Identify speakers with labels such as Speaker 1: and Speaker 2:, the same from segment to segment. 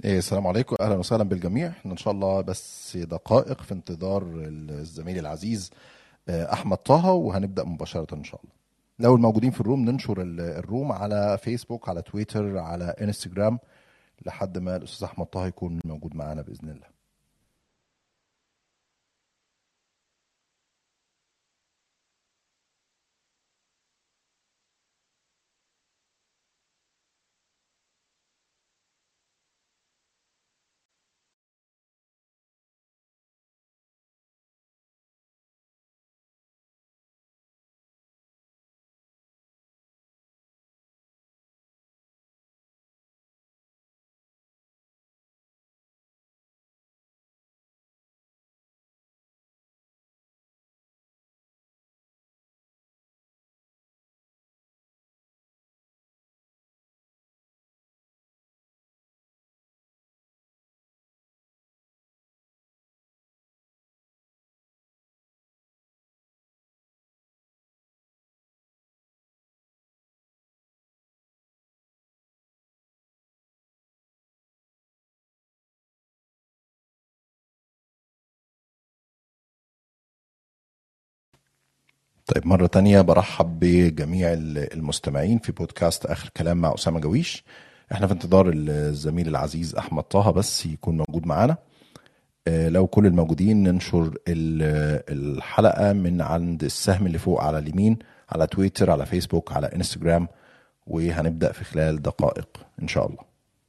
Speaker 1: السلام عليكم، اهلا وسهلا بالجميع. احنا ان شاء الله بس دقائق في انتظار الزميل العزيز احمد طه، وهنبدا مباشره ان شاء الله. لو الموجودين في الروم ننشر الروم على فيسبوك، على تويتر، على انستجرام، لحد ما الاستاذ احمد طه يكون موجود معانا باذن الله. طيب، مرة تانية برحب بجميع المستمعين في بودكاست آخر كلام مع أسامة جويش. احنا في انتظار الزميل العزيز أحمد طه بس يكون موجود معانا. لو كل الموجودين ننشر الحلقة من عند السهم اللي فوق على اليمين، على تويتر، على فيسبوك، على انستجرام، وهنبدأ في خلال دقائق إن شاء الله.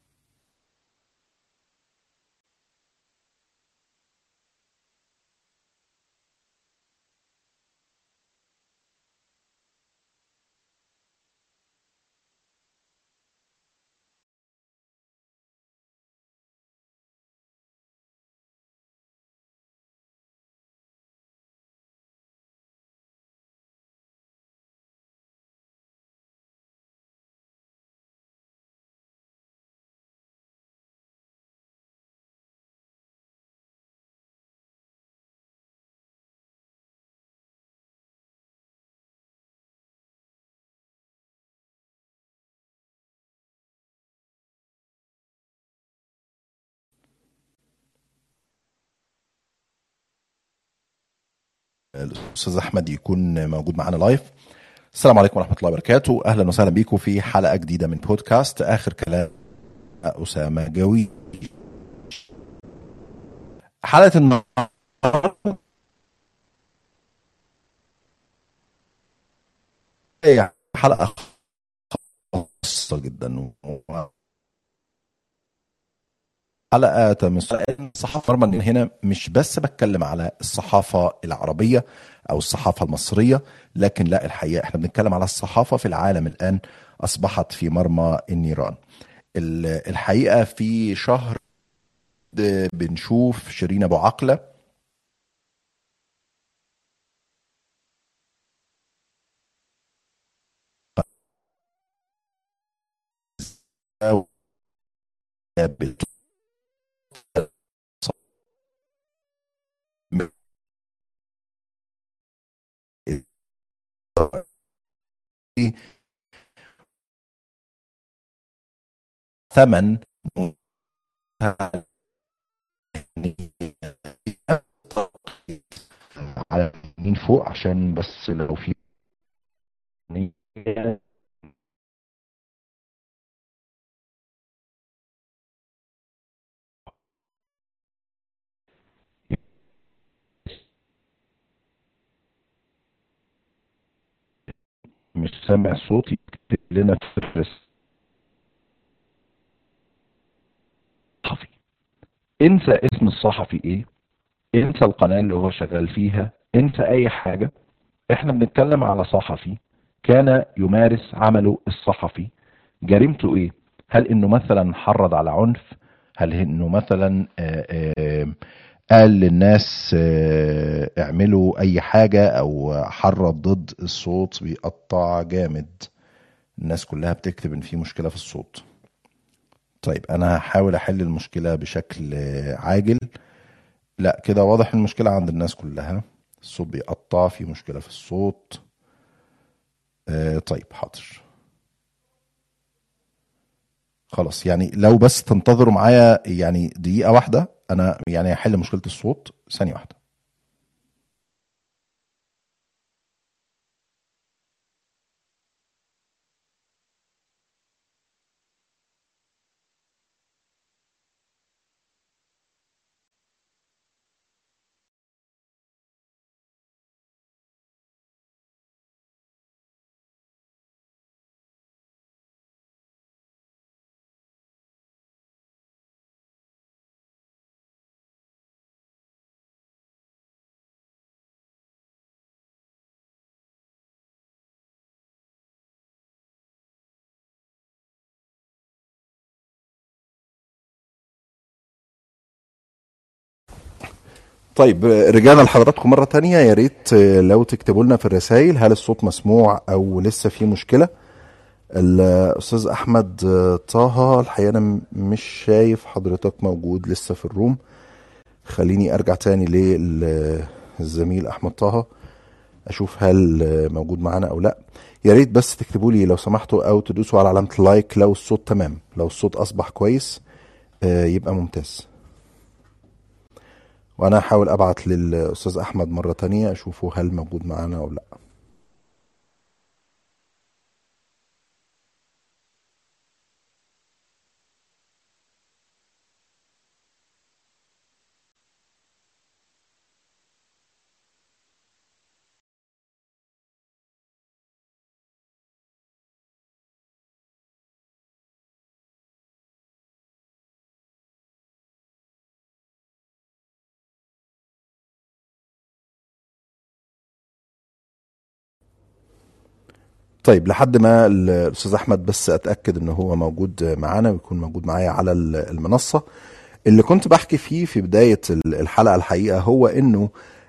Speaker 1: الأستاذ أحمد يكون موجود معانا لايف. السلام عليكم ورحمة الله وبركاته، أهلا وسهلا بكم في حلقة جديدة من بودكاست آخر كلام أسامة جوي. حلقة النهاردة هي حلقة خاصة جدا، حلقة تمس الصحافة مرمى. هنا مش بس بتكلم على الصحافة العربية أو الصحافة المصرية، لكن لا، الحقيقة احنا بنتكلم على الصحافة في العالم الآن أصبحت في مرمى النيران. الحقيقة في شهر بنشوف شيرين أبو عقلة ثمن على مين فوق، عشان بس لو في مش سامع صوتي، اكتب لنا في الصحفي. انسى اسم الصحفي ايه، انسى القناة اللي هو شغال فيها، انسى اي حاجة. احنا بنتكلم على صحفي كان يمارس عمله الصحفي. جريمته ايه؟ هل انه مثلا حرض على عنف؟ هل انه مثلا قال للناس اعملوا اي حاجة، او حرض ضد الصوت بيقطع جامد؟ الناس كلها بتكتب ان في مشكلة في الصوت. طيب، انا هحاول احل المشكلة بشكل عاجل. لا، كده واضح المشكلة عند الناس كلها، الصوت بيقطع، في مشكلة في الصوت. طيب، حاضر. خلاص، يعني لو بس تنتظروا معايا يعني دقيقة واحدة، انا يعني هحل مشكلة الصوت ثانية واحدة. طيب، رجعنا لحضراتكم مرة تانية. يا ريت لو تكتبوا لنا في الرسائل هل الصوت مسموع او لسه في مشكلة. الاستاذ احمد طه، الحقيقة انا مش شايف حضرتك موجود لسه في الروم. خليني ارجع تاني للزميل احمد طه اشوف هل موجود معانا او لا. يا ريت بس تكتبوا لي لو سمحتوا او تدوسوا على علامة اللايك لو الصوت تمام، لو الصوت اصبح كويس يبقى ممتاز. وانا هحاول ابعت للاستاذ احمد مرة تانية اشوفه هل موجود معانا او لا. طيب، لحد ما الاستاذ احمد بس اتاكد ان هو موجود معانا ويكون موجود معايا على المنصه. اللي كنت بحكي فيه في بدايه الحلقه الحقيقه هو انه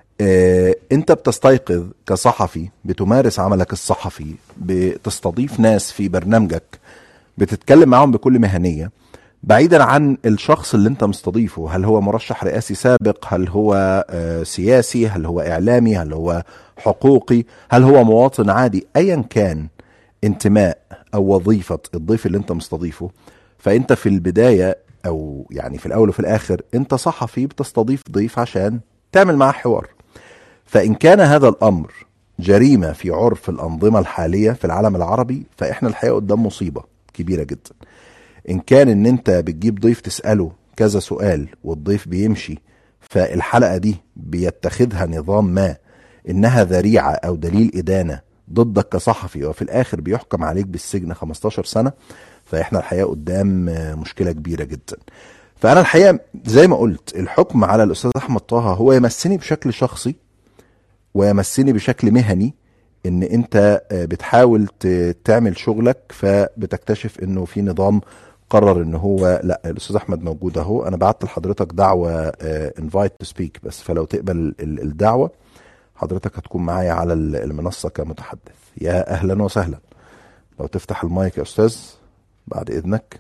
Speaker 1: انت بتستيقظ كصحفي، بتمارس عملك الصحفي، بتستضيف ناس في برنامجك، بتتكلم معاهم بكل مهنيه، بعيدا عن الشخص اللي انت مستضيفه، هل هو مرشح رئاسي سابق، هل هو سياسي، هل هو اعلامي، هل هو حقوقي، هل هو مواطن عادي، ايا كان انتماء او وظيفة الضيف اللي انت مستضيفه. فانت في البداية او يعني في الاول وفي الاخر انت صحفي بتستضيف ضيف عشان تعمل معاه حوار. فان كان هذا الامر جريمة في عرف الانظمة الحالية في العالم العربي، فاحنا الحقيقة قدام مصيبة كبيرة جدا. ان كان ان انت بتجيب ضيف تسأله كذا سؤال والضيف بيمشي، فالحلقة دي بيتخذها نظام ما انها ذريعة او دليل ادانة ضدك كصحفي، وفي الاخر بيحكم عليك بالسجن 15 سنة، فاحنا الحقيقة قدام مشكلة كبيرة جدا. فانا الحقيقة زي ما قلت الحكم على الاستاذ احمد طه هو يمسني بشكل شخصي ويمسني بشكل مهني. ان انت بتحاول تعمل شغلك فبتكتشف انه في نظام قرر ان هو لا، الاستاذ احمد موجود اهو. انا بعت لحضرتك دعوه انفايت تو سبيك، بس فلو تقبل الدعوه حضرتك هتكون معايا على المنصه كمتحدث. يا اهلا وسهلا. لو تفتح المايك يا استاذ بعد اذنك.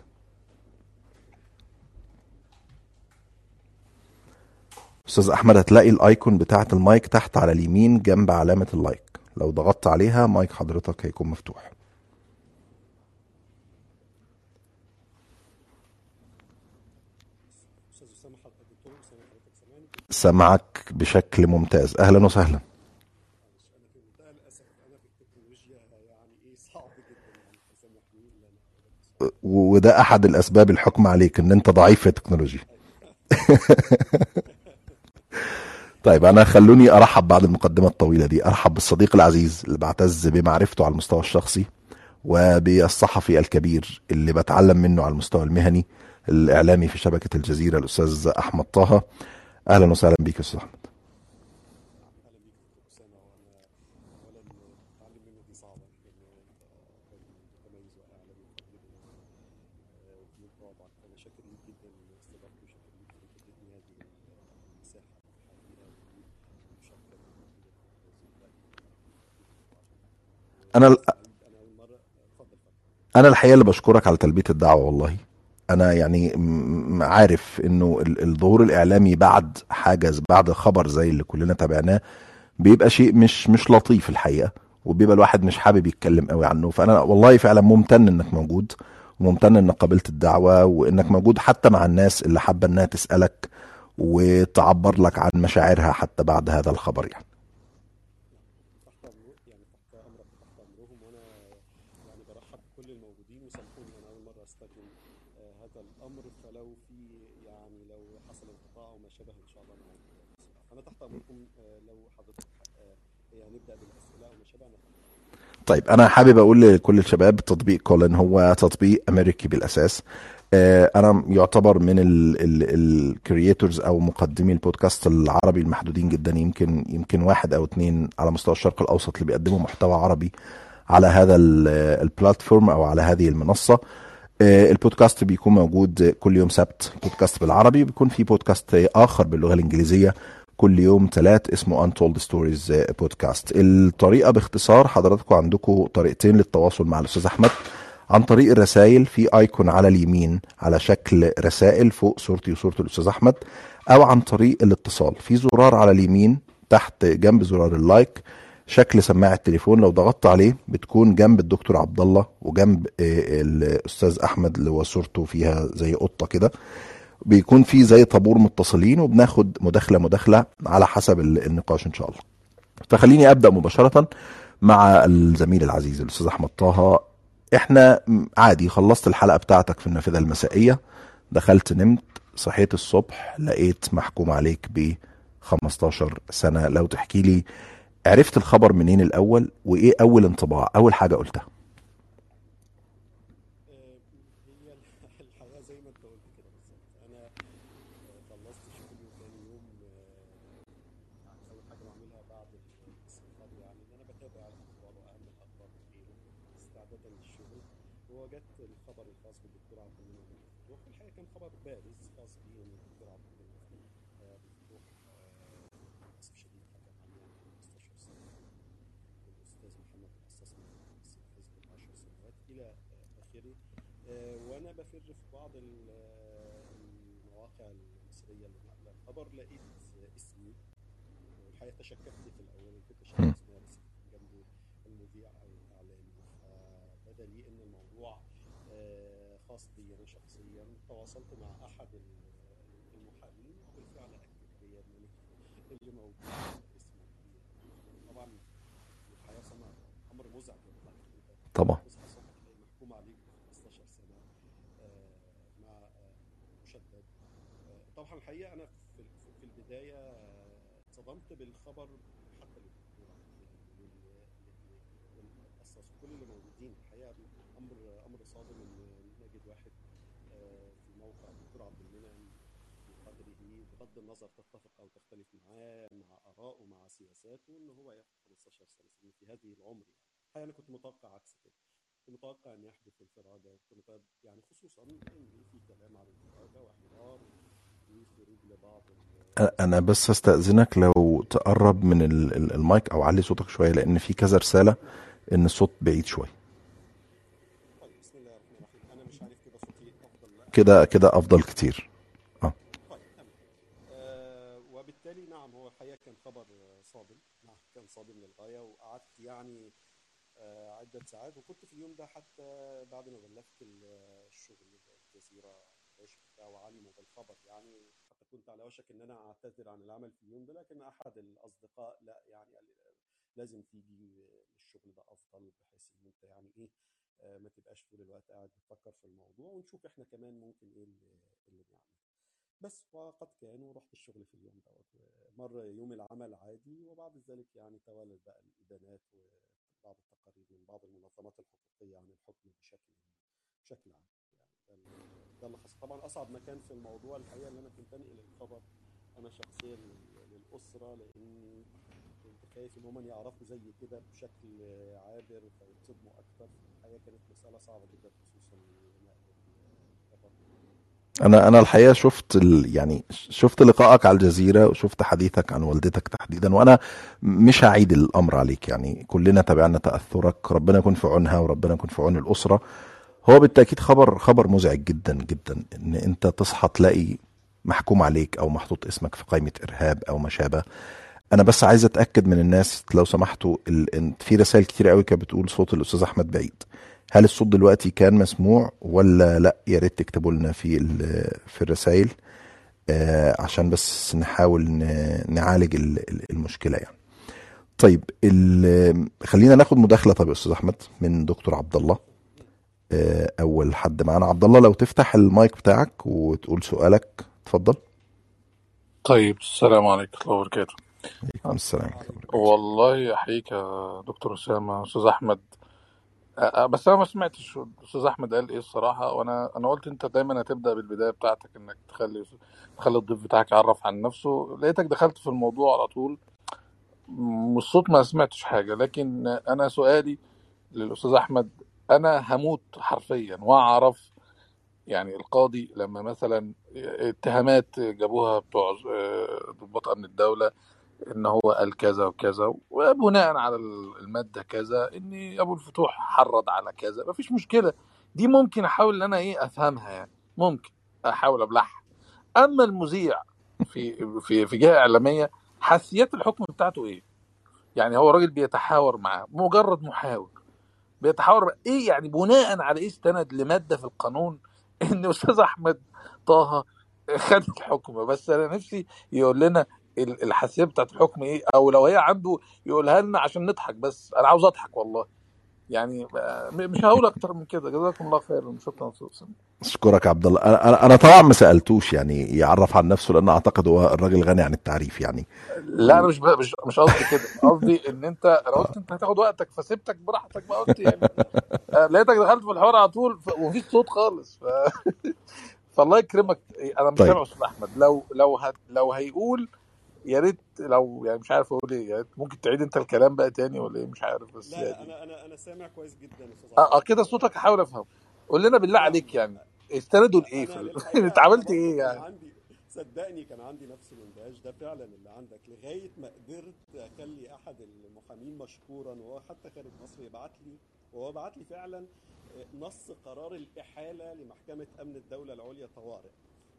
Speaker 1: استاذ احمد، هتلاقي الايكون بتاعه المايك تحت على اليمين جنب علامه اللايك، لو ضغطت عليها مايك حضرتك هيكون مفتوح. سمعك بشكل ممتاز، اهلا وسهلا. وده احد الاسباب الحكم عليك ان انت ضعيف في التكنولوجيا. طيب، انا خلوني ارحب بعد المقدمه الطويله دي، ارحب بالصديق العزيز اللي بعتز بمعرفته على المستوى الشخصي، وبالصحفي الكبير اللي بتعلم منه على المستوى المهني، الاعلامي في شبكه الجزيره، الاستاذ احمد طه. اهلا وسهلا بيك يا استاذ احمد. انا انا الحقيقه اللي بشكرك على تلبيه الدعوه والله. انا يعني عارف انه الظهور الاعلامي بعد حاجه، بعد خبر زي اللي كلنا تابعناه، بيبقى شيء مش لطيف الحقيقه، وبيبقى الواحد مش حابب يتكلم قوي عنه. فانا والله فعلا ممتن انك موجود،
Speaker 2: وممتن انك قبلت الدعوة وانك موجود حتى مع الناس اللي حابة انها تسألك وتعبر لك عن مشاعرها حتى بعد هذا الخبر يعني.
Speaker 3: تحت أمر، يعني تحت أمرك وتحت أمرهم، وأنا يعني برحب بكل الموجودين، وسامحوني أنا أول مرة أستخدم هذا الأمر، فلو في يعني لو حصل انقطاع أو ما شابه إن شاء الله أنا عارف فأنا تحت أمركم. لو حضرتك يعني نبدأ بالأسئلة أو ما شابه، أنا تحت أمرك.
Speaker 2: طيب انا حابب اقول لكل الشباب تطبيق كولن هو تطبيق امريكي بالاساس. انا يعتبر من الكرييتورز او مقدمي البودكاست العربي المحدودين جدا، يمكن واحد او اتنين على مستوى الشرق الاوسط اللي بيقدموا محتوى عربي على هذا البلاتفورم او على هذه المنصة. البودكاست بيكون موجود كل يوم سبت بودكاست بالعربي، بيكون في بودكاست اخر باللغة الانجليزية كل يوم ثلاث اسمه Untold Stories بودكاست. الطريقة باختصار، حضراتكم عندكم طريقتين للتواصل مع الأستاذ أحمد: عن طريق الرسائل، في ايكون على اليمين على شكل رسائل فوق صورتي وصورة الأستاذ أحمد، أو عن طريق الاتصال في زرار على اليمين تحت جنب زرار اللايك شكل سماعة تليفون، لو ضغطت عليه بتكون جنب الدكتور عبد الله وجنب الأستاذ أحمد اللي هو صورته فيها زي قطة كده، بيكون في زي طابور متصلين وبناخد مداخلة على حسب النقاش ان شاء الله. فخليني ابدا مباشره مع الزميل العزيز الاستاذ احمد طه. احنا عادي خلصت الحلقه بتاعتك في النافذه المسائيه، دخلت نمت، صحيت الصبح لقيت محكوم عليك ب 15 سنه. لو تحكي لي عرفت الخبر منين الاول، وايه اول انطباع، اول حاجه قلتها؟
Speaker 3: هي الحياة زي ما أنت قلت كده بالظبط. أنا خلصت شغلي، وتاني يوم يعني أول حاجة بعملها بعد الاستيقاظ يعني إن أنا بتابع الأخبار وأهم الأخبار وغيره استعدادا للشغل. ووجدت الخبر الخاص بالدكتور عبد المنعم مفتوح. الحقيقة كان خبر بارز خاص بيه إن الدكتور عبد المنعم مفتوح للأسف الشديد حكم عليه يعني 15 سنة، والأستاذ محمد القصاص ماسك حزب ال10 سنوات إلى آخره. وأنا بفر في بعض المواقع المصرية اللي نقل الخبر، لقيت اسمي. والحقيقة تشككت في الأول، كنت شايف اسمي بس جنبه المذيع أو الإعلامي، فبدا لي إن الموضوع خاص بي أنا شخصيا. تواصلت مع أحد المحامين، وبالفعل أكد لي إن اللي موجود اسمك طبعا. الحقيقة أمر مزعج والله. أنت
Speaker 2: طبعا.
Speaker 3: تصحى الصبح تلاقي محكوم عليك ب 15 سنة مع مشدد. طبعا الحقيقة أنا في البداية اتصدمت بالخبر، حتى للدكتور عبد المنعم والقصاص وكل اللي موجودين. الحقيقة أمر صادم إن نجد واحد في موقع الدكتور عبد المنعم بقدره، بغض النظر تتفق أو تختلف معاه مع آرائه مع سياساته، إن هو ياخد 15 سنة سجن في هذه العمر. يعني الحقيقة أنا كنت متوقع عكس كده، كنت متوقع أن يحدث انفرادة، يعني خصوصا إن في كلام عن انفرادة وحوار وخروج لبعض
Speaker 2: انا بس استأذنك لو تقرب من المايك او علي صوتك شوية، لان في كذا رسالة
Speaker 3: نعم.
Speaker 2: ان الصوت بعيد شوية.
Speaker 3: طيب بسم الله الرحمن الرحيم. أنا مش عارف كده صوتي أفضل أم
Speaker 2: كده
Speaker 3: لا.
Speaker 2: كده افضل كتير. اه.
Speaker 3: طيب تمام. وبالتالي نعم، هو الحقيقة كان خبر صادم. نعم كان صادم للغاية، وقعدت يعني عدة ساعات. وكنت في اليوم ده حتى بعد ما بلغت الشغل الجزيرة المباشر بتاعه وعلموا بالخبر، يعني حتى كنت على وشك ان انا اعتذر عن العمل في اليوم ده، لكن احد الاصدقاء لا يعني قال لي لازم تيجي الشغل ده افضل، بحيث ان انت يعني ايه ما تبقاش طول الوقت قاعد بتفكر في الموضوع، ونشوف احنا كمان ممكن ايه اللي نعمله. بس وقد كان، ورحت الشغل في اليوم دوت، مر يوم العمل عادي. وبعد ذلك يعني توالت بقى الإدانات وبعض التقارير من بعض المنظمات الحقوقية عن الحكم بشكل عام. يعني ده اللي حصل. طبعا أصعب مكان في الموضوع الحقيقة اللي أنا كنت أنقل الخبر أنا شخصيا للأسرة، لأني كنت خايف إن هم يعرفوا زي كده بشكل عابر فيتصدموا أكتر. الحقيقة كانت مسألة صعبة جدا، خصوصا نقل الخبر.
Speaker 2: انا الحقيقه شفت يعني شفت لقائك على الجزيره وشفت حديثك عن والدتك تحديدا، وانا مش هعيد الامر عليك، يعني كلنا تابعنا تاثرك، ربنا يكون في عونها وربنا يكون في عون الاسره. هو بالتاكيد خبر مزعج جدا جدا ان انت تصحى تلاقي محكوم عليك او محطوط اسمك في قائمه ارهاب او ما شابه. انا بس عايز اتاكد من الناس لو سمحتوا، في رسائل كتير قوي كانت بتقول صوت الاستاذ احمد بعيد. هل الصوت دلوقتي كان مسموع ولا لا؟ يا ريت تكتبوا لنا في الرسائل عشان بس نحاول نعالج المشكله يعني. طيب خلينا ناخد مداخله. طب يا استاذ احمد من دكتور عبد الله، اول حد معانا. عبد الله، لو تفتح المايك بتاعك وتقول سؤالك، اتفضل.
Speaker 4: طيب، السلام عليكم ورحمة الله وبركاته.
Speaker 2: عليكم السلام ورحمه الله وبركاته.
Speaker 4: والله أحييك يا دكتور أسامة، أستاذ أحمد. بس أنا ما سمعتش أستاذ أحمد قال إيه الصراحة، وأنا قلت أنت دايما هتبدأ بالبداية بتاعتك، إنك تخلي الضيف بتاعك يعرف عن نفسه. لقيتك دخلت في الموضوع على طول، الصوت ما سمعتش حاجة. لكن أنا سؤالي للأستاذ أحمد، أنا هموت حرفيا وأعرف يعني القاضي لما مثلا اتهامات جابوها بتوع ضباط أمن الدولة ان هو قال كذا وكذا، وبناء على الماده كذا ان ابو الفتوح حرض على كذا، مفيش مشكله. دي ممكن احاول ان انا افهمها، يعني ممكن احاول ابلعها. اما المذيع في جهه اعلاميه، حساسيات الحكم بتاعته ايه؟ يعني هو راجل بيتحاور معاه، مجرد محاور بيتحاور ايه؟ يعني بناء على ايه استند لماده في القانون ان استاذ احمد طه خد الحكم؟ بس انا نفسي يقول لنا الحساسيه بتاعت الحكم ايه، او لو هي عنده يقولها لنا عشان نضحك. بس انا عاوز اضحك والله، يعني مش هقول اكتر من كده. جزاكم الله خير، شكرا استاذ أسامة.
Speaker 2: اشكرك عبد الله. انا طبعا ما سالتوش يعني يعرف عن نفسه، لان اعتقد هو الراجل غني عن التعريف يعني.
Speaker 4: لا، انا مش قصدي كده. قصدي ان انا قلت انت هتاخد وقتك فسيبتك براحتك، ما قلت يعني لقيتك دخلت في الحوار على طول ومفيش صوت خالص فالله يكرمك. انا مش
Speaker 2: طيب.
Speaker 4: سامع استاذ احمد. لو هيقول يا ريت، لو يعني مش عارف اقول ايه، يعني ممكن تعيد انت الكلام بقى تاني ولا ايه؟ مش عارف. بس
Speaker 3: لا
Speaker 4: يعني
Speaker 3: انا سامع كويس جدا يا استاذ عبد الله.
Speaker 4: كده صوتك احاول افهم. قول لنا بالله عليك يعني استندوا لايه
Speaker 3: انا
Speaker 4: في
Speaker 3: للحقيقه
Speaker 4: انت عملت
Speaker 3: برضه
Speaker 4: ايه
Speaker 3: كان
Speaker 4: يعني؟
Speaker 3: عندي، صدقني كان عندي نفس الاندهاش ده فعلا اللي عندك، لغايه ما قدرت اخلي احد المحامين مشكورا وهو حتى خارج مصر يبعت لي، وهو بعت لي فعلا نص قرار الاحاله لمحكمه امن الدوله العليا طوارئ.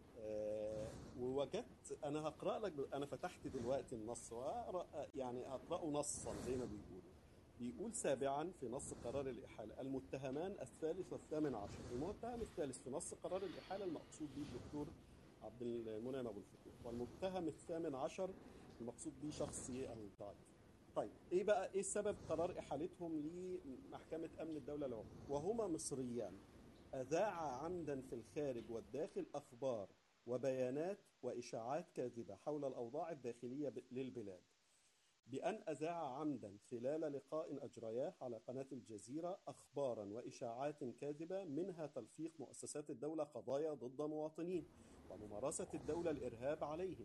Speaker 3: ووجدت، انا هقرا لك، انا فتحت دلوقتي النص وهقرا، يعني هقراه نصا زي ما بيقولوا. بيقول سابعا في نص قرار الإحالة: المتهمان الثالث والثامن عشر. المتهم الثالث في نص قرار الإحالة المقصود به الدكتور عبد المنعم أبو الفتوح، والمتهم الثامن عشر المقصود به شخصي الضعيف. طيب ايه سبب قرار إحالتهم لمحكمة أمن الدولة العليا؟ وهما مصريان أذاعا عمدا في الخارج والداخل أخبار وبيانات وإشاعات كاذبة حول الأوضاع الداخلية للبلاد، بأن أذاع عمدا خلال لقاء أجرياه على قناة الجزيرة أخبارا وإشاعات كاذبة، منها تلفيق مؤسسات الدولة قضايا ضد مواطنين وممارسة الدولة الإرهاب عليهم،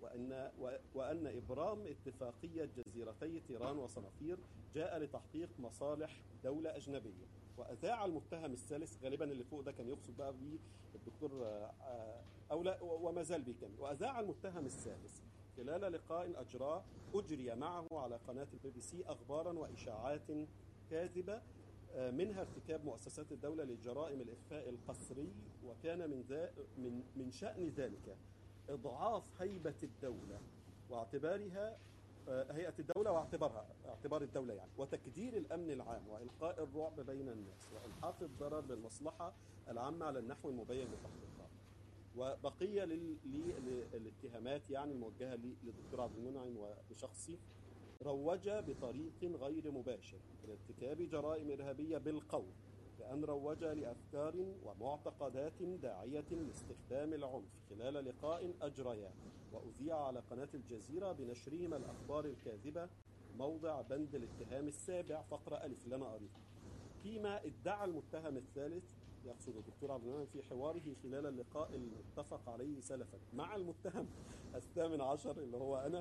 Speaker 3: وأن إبرام اتفاقية جزيرتي طيران وصنافير جاء لتحقيق مصالح دولة أجنبية. وأذاع المتهم الثالث، غالبا اللي فوق ده كان يقصد بقى به الدكتور أو لا، وما زال بيكمل. وأذاع المتهم الثالث خلال لقاء أجري معه على قناة BBC أخبارا وإشاعات كاذبة، منها ارتكاب مؤسسات الدولة لجرائم الإخفاء القسري، وكان من شأن ذلك إضعاف هيبة الدولة واعتبارها هيئة الدولة اعتبار الدولة يعني، وتكدير الأمن العام وإلقاء الرعب بين الناس وإلحاق الضرر بالمصلحة العامة على النحو المبين لتحقيقها. وبقية للاتهامات يعني الموجهة للدكتور عبد المنعم وبشخصي: روج بطريق غير مباشر لارتكاب جرائم إرهابية بالقول، بأن روج لأفكار ومعتقدات داعية لاستخدام العنف خلال لقاء أجرياه وأذيع على قناة الجزيرة بنشرهما الأخبار الكاذبة موضع بند الاتهام السابع فقرة ألف اللي أنا قريته. فيما ادعى المتهم الثالث، يقصد الدكتور عبد المنعم، في حواره خلال اللقاء المتفق عليه سلفا مع المتهم الثامن عشر اللي هو أنا،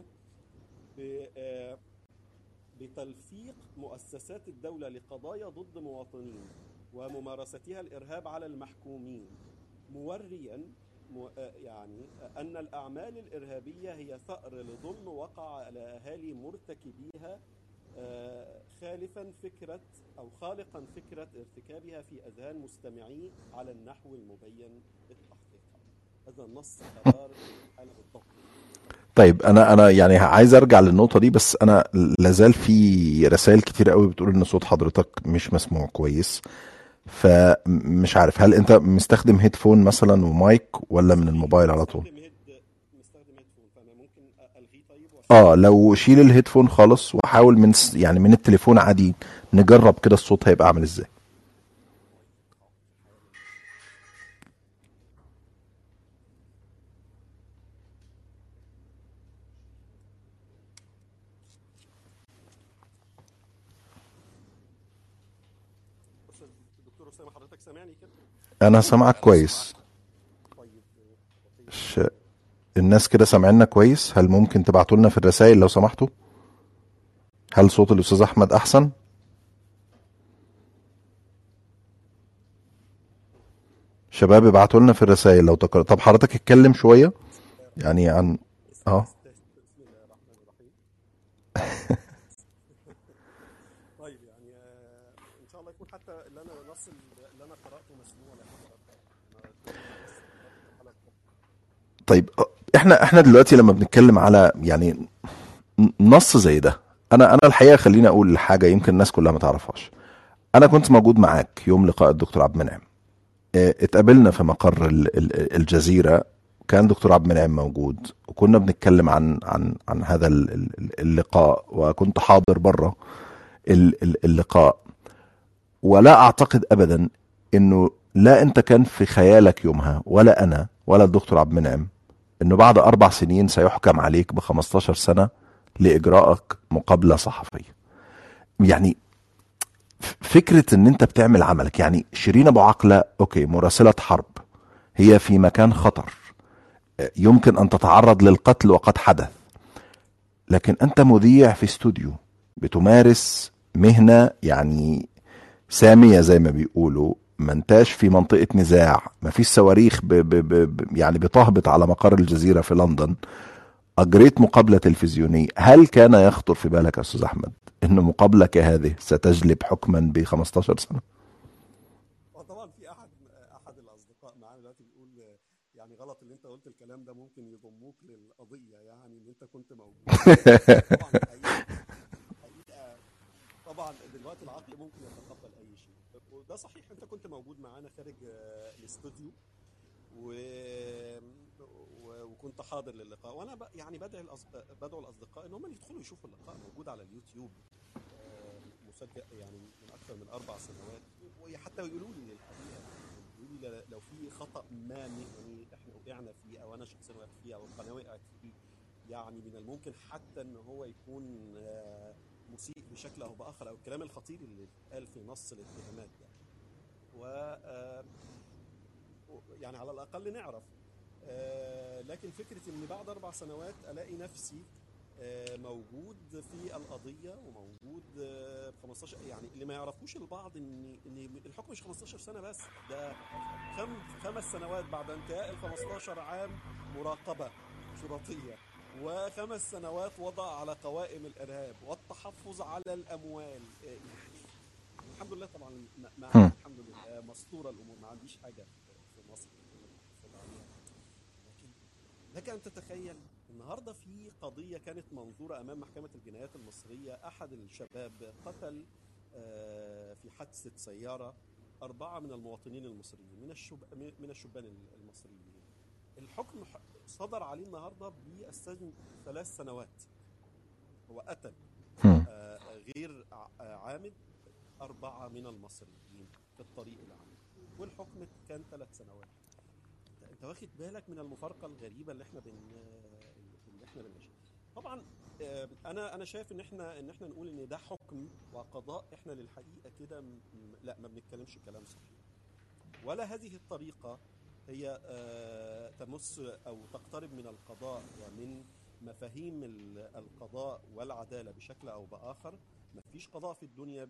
Speaker 3: بتلفيق مؤسسات الدولة لقضايا ضد مواطنين وممارستها الإرهاب على المحكومين، موريا يعني أن الأعمال الإرهابية هي ثأر لظلم وقع على أهالي مرتكبيها، خالقا فكرة ارتكابها في أذهان مستمعيه على النحو المبين لتحقيقها. هذا النص قرار الحالة بالضبط.
Speaker 2: طيب انا يعني عايز ارجع للنقطه دي، بس انا لازال في رسائل كتير قوي بتقول ان صوت حضرتك مش مسموع كويس. فمش عارف هل انت مستخدم هيدفون مثلا ومايك ولا من الموبايل على طول؟
Speaker 3: مستخدم هيدفون، فانا ممكن الغيه طيب واشيله.
Speaker 2: لو شيل الهيدفون خالص وحاول يعني من التليفون عادي، نجرب كده الصوت هيبقى عامل ازاي.
Speaker 3: طيب حاضر، حالا. استاذ دكتور اسامه، حضرتك سامعني كده؟
Speaker 2: انا سامعك كويس.
Speaker 3: طيب بقيه
Speaker 2: ش... الناس كده سامعيننا كويس؟ هل ممكن تبعتوا لنا في الرسائل لو سمحتوا؟ هل صوت الاستاذ احمد احسن؟ شباب ابعتوا لنا في الرسائل لو طب حضرتك اتكلم شويه
Speaker 3: بسم الله الرحمن
Speaker 2: يعني عن اه
Speaker 3: بسم الله الرحمن الرحيم. طيب يعني ان شاء الله يكون حتى اللي انا نص اللي انا قراته مسموع لحضرتك. انا اتمنى بس تبقى الحلقه.
Speaker 2: طيب احنا دلوقتي لما بنتكلم على يعني نص زي ده، انا الحقيقه خليني اقول حاجه يمكن الناس كلها ما تعرفهاش. انا كنت موجود معاك يوم لقاء الدكتور عبد المنعم. اتقابلنا في مقر الجزيره. كان دكتور عبد المنعم موجود وكنا بنتكلم عن هذا اللقاء، وكنت حاضر بره اللقاء. ولا اعتقد ابدا انه لا انت كان في خيالك يومها ولا انا ولا الدكتور عبد المنعم انه بعد 4 سنين سيحكم عليك ب15 سنة لاجراءك مقابلة صحفية. يعني فكرة ان انت بتعمل عملك، يعني شيرين ابو عقلة اوكي مراسلة حرب، هي في مكان خطر، يمكن ان تتعرض للقتل وقد حدث، لكن انت مذيع في استوديو بتمارس مهنة يعني سامية زي ما بيقولوا، ما انتاش في منطقة نزاع، ما فيش صواريخ يعني بتهبط على مقر الجزيرة في لندن. أجريت مقابلة تلفزيونية. هل كان يخطر في بالك يا أستاذ أحمد أن مقابلة كهذه ستجلب حكما ب15 سنة؟
Speaker 3: طبعا في احد الاصدقاء معانا دلوقتي بيقول يعني غلط اللي انت قلت الكلام ده، ممكن يضموك للقضيه، يعني ان انت كنت موجود. طبعا الحقيقه طبعا دلوقتي العقل ممكن يتقبل اي شيء، وده صحيح. انت كنت موجود معانا خارج الاستوديو و... وكنت حاضر للقاء، وانا يعني بدعو الاصدقاء ان هم يدخلوا يشوفوا اللقاء موجود على اليوتيوب، مسجل يعني من اكثر من 4 سنوات. وحتى يقولوا لي الحقيقه، يعني يقولوا لي لو في خطا ما مهني احنا وقعنا فيه، او انا شخصيا وقعت فيه، او القناه وقعت فيه، يعني من الممكن حتى ان هو يكون مسيء بشكل او باخر، او الكلام الخطير اللي اتقال في نص الاتهامات ده. و يعني على الاقل نعرف. لكن فكره ان بعد 4 سنوات الاقي نفسي موجود في القضيه، وموجود 15، يعني اللي ما يعرفوش البعض ان الحكم مش 15 سنه بس، ده 5 سنوات بعد انتهاء ال 15 عام مراقبه شرطيه، و5 سنوات وضع على قوائم الارهاب والتحفظ على الاموال. يعني الحمد لله طبعا،
Speaker 2: هم.
Speaker 3: الحمد لله مستوره الامور، ما عنديش حاجه في مصر تم التحفظ عليها. لكن لك ان تتخيل النهارده في قضيه كانت منظوره امام محكمه الجنايات المصريه، احد الشباب قتل في حادثه سياره 4 من المواطنين المصريين، من الشبان المصريين. الحكم صدر عليه النهارده بالسجن 3 سنوات. هو قتل
Speaker 2: هم.
Speaker 3: غير عامد 4 من المصريين في الطريق العام، والحكم كان 3 سنوات. انت واخد بالك من المفارقه الغريبه اللي احنا بنعيشها؟ طبعا انا شايف ان احنا نقول ان ده حكم وقضاء، احنا للحقيقه كده لا، ما بنتكلمش كلام صحيح، ولا هذه الطريقه هي تمس او تقترب من القضاء ومن مفاهيم القضاء والعداله بشكل او باخر. ما فيش قضاء في الدنيا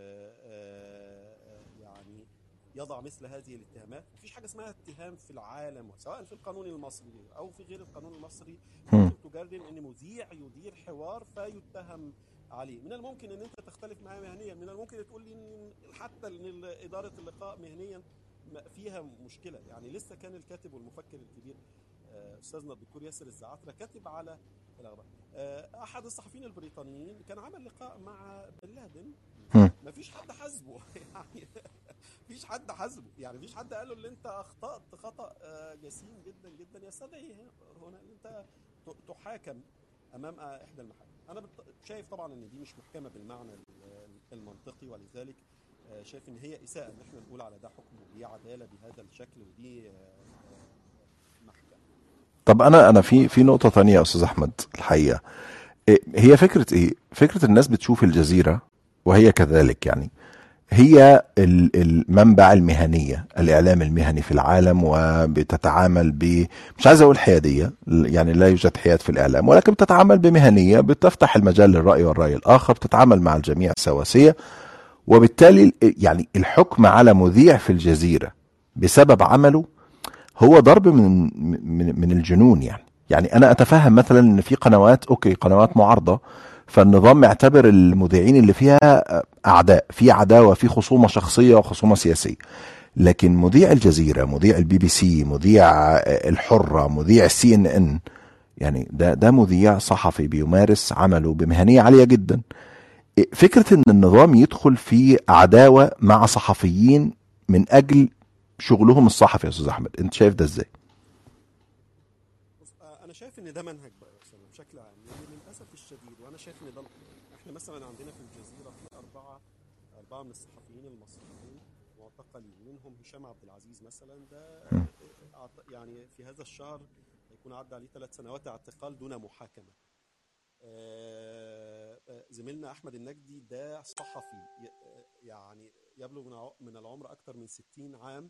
Speaker 3: يعني يضع مثل هذه الاتهامات. مفيش حاجه اسمها اتهام في العالم، سواء في القانون المصري او في غير القانون المصري
Speaker 2: هم.
Speaker 3: ممكن تجرم ان مذيع يدير حوار فيتهم عليه. من الممكن ان انت تختلف معاه مهنيا، من الممكن تقول لي ان حتى ان اداره اللقاء مهنيا فيها مشكله. يعني لسه كان الكاتب والمفكر الكبير استاذنا الدكتور ياسر الزعاترة كاتب على الاخبار. احد الصحفيين البريطانيين كان عمل لقاء مع بن لادن مفيش حد حاسبه يعني مفيش حد حاسبه، يعني مفيش حد قال له اللي انت اخطأت خطأ جسيم جدا جدا يستدعي هنا ان انت تحاكم امام احدى المحاكم. انا شايف طبعا ان دي مش محكمه بالمعنى المنطقي، ولذلك شايف ان هي اساءه ان احنا نقول على ده حكم ودي عداله بهذا الشكل ودي محكمه.
Speaker 2: طب انا في نقطه تانية يا استاذ احمد الحقيقه. هي فكره ايه؟ فكره الناس بتشوف الجزيره وهي كذلك، يعني هي المنبع المهنيه، الاعلام المهني في العالم، وبتتعامل مش عايز اقول حياديه، يعني لا يوجد حياد في الاعلام، ولكن بتتعامل بمهنيه، بتفتح المجال للراي والراي الاخر، بتتعامل مع الجميع سواسيه. وبالتالي يعني الحكم على مذيع في الجزيره بسبب عمله هو ضرب من الجنون. يعني انا اتفهم مثلا ان في قنوات، اوكي، قنوات معارضه، فالنظام معتبر المذيعين اللي فيها اعداء، في عداوه، في خصومه شخصيه وخصومه سياسيه. لكن مذيع الجزيره، مذيع البي بي سي، مذيع الحره، مذيع السي ان ان، يعني ده مذيع صحفي بيمارس عمله بمهنيه عاليه جدا. فكره ان النظام يدخل في عداوه مع صحفيين من اجل شغلهم الصحفي يا استاذ احمد، انت شايف ده ازاي؟
Speaker 3: انا شايف ان ده منهج بقى بشكل عام، يعني للاسف الشديد، وانا شايف ان ده احنا مثلا عندنا في الجزيره في اربعه من الصحفيين المصريين معتقلين، منهم هشام عبد العزيز مثلا، ده يعني في هذا الشهر هيكون عدى عليه 3 سنوات اعتقال دون محاكمه. زميلنا احمد النجدي ده صحفي يعني يبلغ من العمر اكثر من 60 عام،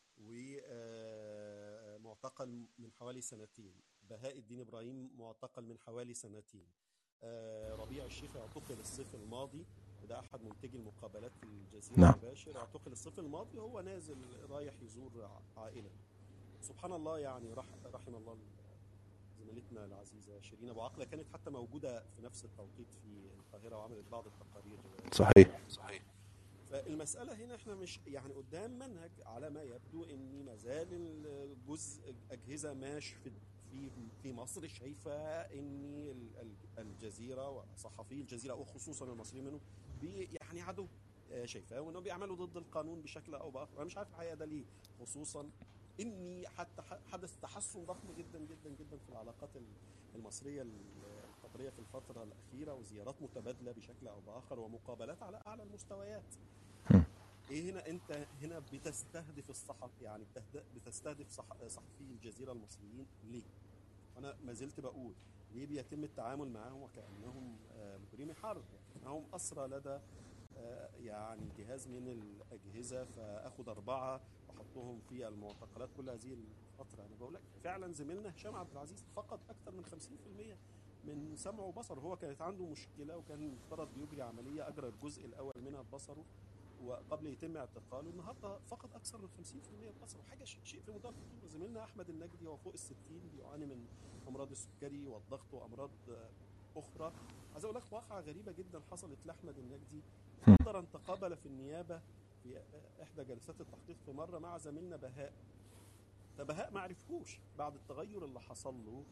Speaker 3: ومعتقل من حوالي 2 سنين. بهاء الدين ابراهيم معتقل من حوالي 2 سنين. ربيع الشيخ اعتقل الصيف الماضي، وده احد منتجي المقابلات في الجزيره.
Speaker 2: نعم.
Speaker 3: المباشر اعتقل الصيف الماضي، هو نازل رايح يزور عائله. سبحان الله، يعني رحم الله زميلتنا العزيزه شيرين ابو عقله، كانت حتى موجوده في نفس التوقيت في القاهره وعملت بعض التقارير.
Speaker 2: صحيح.
Speaker 3: فالمسألة هنا احنا مش يعني قدام منهج، على ما يبدو ان ما زال جزء أجهزة ماشي في مصر شايفة ان الجزيرة وصحفي الجزيرة وخصوصا المصريين منهم يعني عدو، شايفاه وانهم بيعملوا ضد القانون بشكل او باخر. انا مش عارف الحقيقة ده ليه، خصوصا اني حتى حدث تحسن ضخم جدا جدا جدا في العلاقات المصرية القطرية في الفترة الأخيرة، وزيارات متبادلة بشكل أو بآخر، ومقابلات على أعلى المستويات. إيه هنا أنت هنا بتستهدف يعني بتستهدف صحفي الجزيرة المصريين ليه؟ أنا ما زلت بقول ليه بيتم التعامل معهم وكأنهم مجرمي حرب، وكأنهم أسرى لدى يعني جهاز من الأجهزة، فأخذ 4 وأحطهم في المعتقلات كل هذه الفترة. أنا بقول لك فعلا زميلنا هشام عبد العزيز فقد أكثر من 50% من سمعه وبصره. هو كانت عنده مشكلة وكان مفترض بيجري عملية، أجرى الجزء الأول منها ببصره وقبل يتم اعتقاله. النهارده فقد أكثر من 50% ببصره، حاجة شيء في منتهى الخطورة. زميلنا أحمد النجدي هو فوق ال60، بيعاني من أمراض السكري والضغط وأمراض أخرى. عايز أقول لك واقعة غريبة جدا حصلت لأحمد النجدي. قدر أن تقابل في النيابة في إحدى جلسات التحقيق في مرة مع زميلنا بهاء، فبهاء ما عرفوش بعد التغير اللي حصل له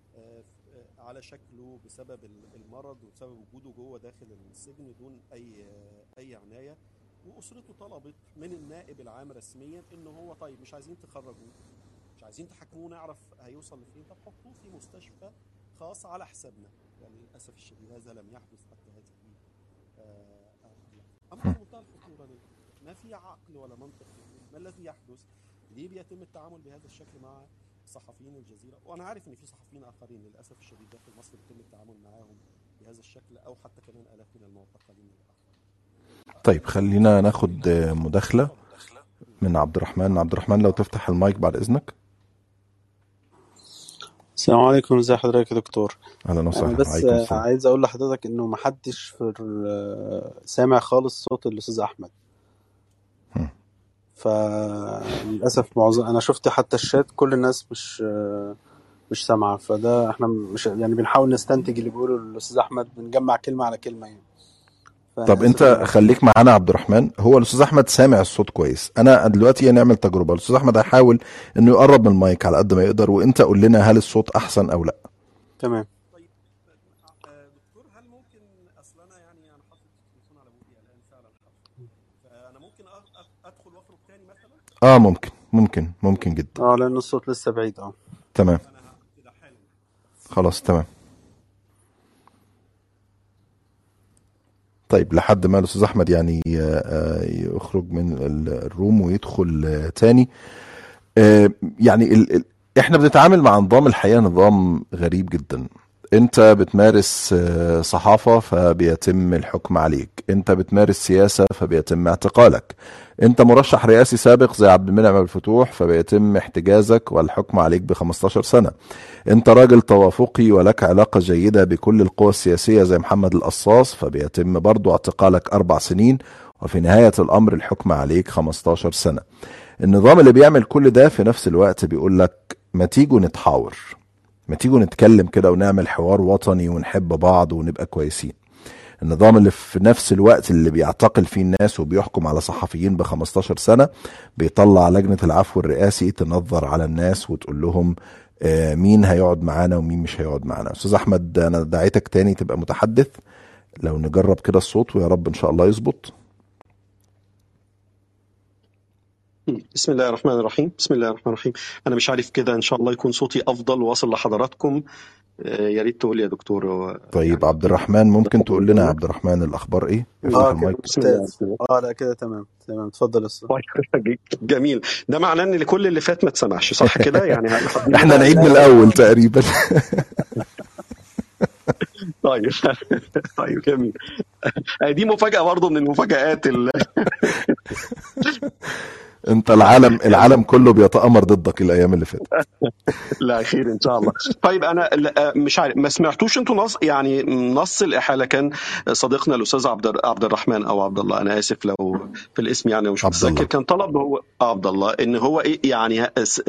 Speaker 3: على شكله بسبب المرض وبسبب وجوده جوه داخل السجن دون أي عناية. وأسرته طلبت من النائب العام رسميا إنه هو طيب مش عايزين تخرجوه، مش عايزين تحكموه، نعرف هيوصل لفين، طب حطوه في مستشفى خاص على حسابنا. وللأسف الشديد هذا لم يحدث حتى هذه أمر منتهى الخطورة. ما في عقل ولا منطق. ما الذي يحدث؟ ليه بيتم التعامل بهذا الشكل مع صحفيين الجزيرة؟ وأنا عارف إن في صحفيين آخرين للأسف الشديد داخل مصر بيتم التعامل معاهم بهذا الشكل، أو حتى كمان آلاف من المعتقلين الآخرين.
Speaker 2: طيب خلينا ناخد مداخلة من عبد الرحمن. عبد الرحمن لو تفتح المايك بعد إذنك.
Speaker 5: السلام عليكم، ازي حضرتك يا دكتور؟
Speaker 2: اهلا وسهلا.
Speaker 5: بس عايز اقول لحضرتك انه محدش سامع خالص صوت الاستاذ احمد. فللاسف انا شفت حتى الشات كل الناس مش سامعه، فده احنا مش يعني بنحاول نستنتج اللي بيقوله الاستاذ احمد، بنجمع كلمه على كلمه يعني.
Speaker 2: طب انت خليك معانا عبد الرحمن. هو الاستاذ احمد سامع الصوت كويس. انا دلوقتي نعمل تجربه. الاستاذ احمد هيحاول انه يقرب من المايك على قد ما يقدر، وانت قول لنا هل الصوت احسن او لا.
Speaker 5: تمام.
Speaker 3: طيب دكتور، هل ممكن اصل انا يعني انا حاطط التليفون على بوقي الان فعلا
Speaker 2: ممكن جدا.
Speaker 5: لان الصوت لسه بعيد.
Speaker 2: تمام، خلاص تمام. طيب لحد ما الاستاذ احمد يعني يخرج من الروم ويدخل تاني. يعني احنا بنتعامل مع نظام الحياة نظام غريب جدا. انت بتمارس صحافة فبيتم الحكم عليك، انت بتمارس سياسة فبيتم اعتقالك، انت مرشح رئاسي سابق زي عبد المنعم عبد الفتوح فبيتم احتجازك والحكم عليك ب15 سنة، انت راجل توافقي ولك علاقة جيدة بكل القوى السياسية زي محمد القصاص فبيتم برضو اعتقالك 4 سنين، وفي نهاية الامر الحكم عليك 15 سنة. النظام اللي بيعمل كل ده في نفس الوقت بيقول لك ما تيجوا نتحاور، ما تيجوا نتكلم كده ونعمل حوار وطني ونحب بعض ونبقى كويسين. النظام اللي في نفس الوقت اللي بيعتقل فيه الناس وبيحكم على صحفيين ب15 سنة بيطلع لجنة العفو الرئاسي تنظر على الناس وتقول لهم مين هيقعد معانا ومين مش هيقعد معانا. أستاذ أحمد أنا دعيتك تاني تبقى متحدث، لو نجرب كده الصوت ويا رب إن شاء الله يظبط.
Speaker 3: بسم الله الرحمن الرحيم. بسم الله الرحمن الرحيم. أنا مش عارف كده، إن شاء الله يكون صوتي أفضل واصل لحضراتكم. يا ريت تقول يا دكتور.
Speaker 2: طيب
Speaker 3: يعني
Speaker 2: عبد الرحمن، ممكن تقول لنا يا عبد الرحمن الأخبار إيه؟ افتح المايك.
Speaker 3: بسم الله.
Speaker 5: لا كده تمام اتفضل الصوت.
Speaker 3: جميل. ده معناه ان كل اللي فات ما تسمعش، صح كده؟ يعني
Speaker 2: احنا نعيد من الأول تقريبا.
Speaker 3: طيب طيب جميل. دي مفاجأة برضه من المفاجآت
Speaker 2: انت العالم كله بيتآمر ضدك الايام اللي فاتت.
Speaker 3: لا خير ان شاء الله. طيب انا مش عارف، ما سمعتوش انتوا نص الاحاله كان صديقنا الاستاذ عبد الرحمن او عبد الله، انا اسف لو في الاسم يعني مش متذكر، كان طلب هو عبد الله ان هو ايه يعني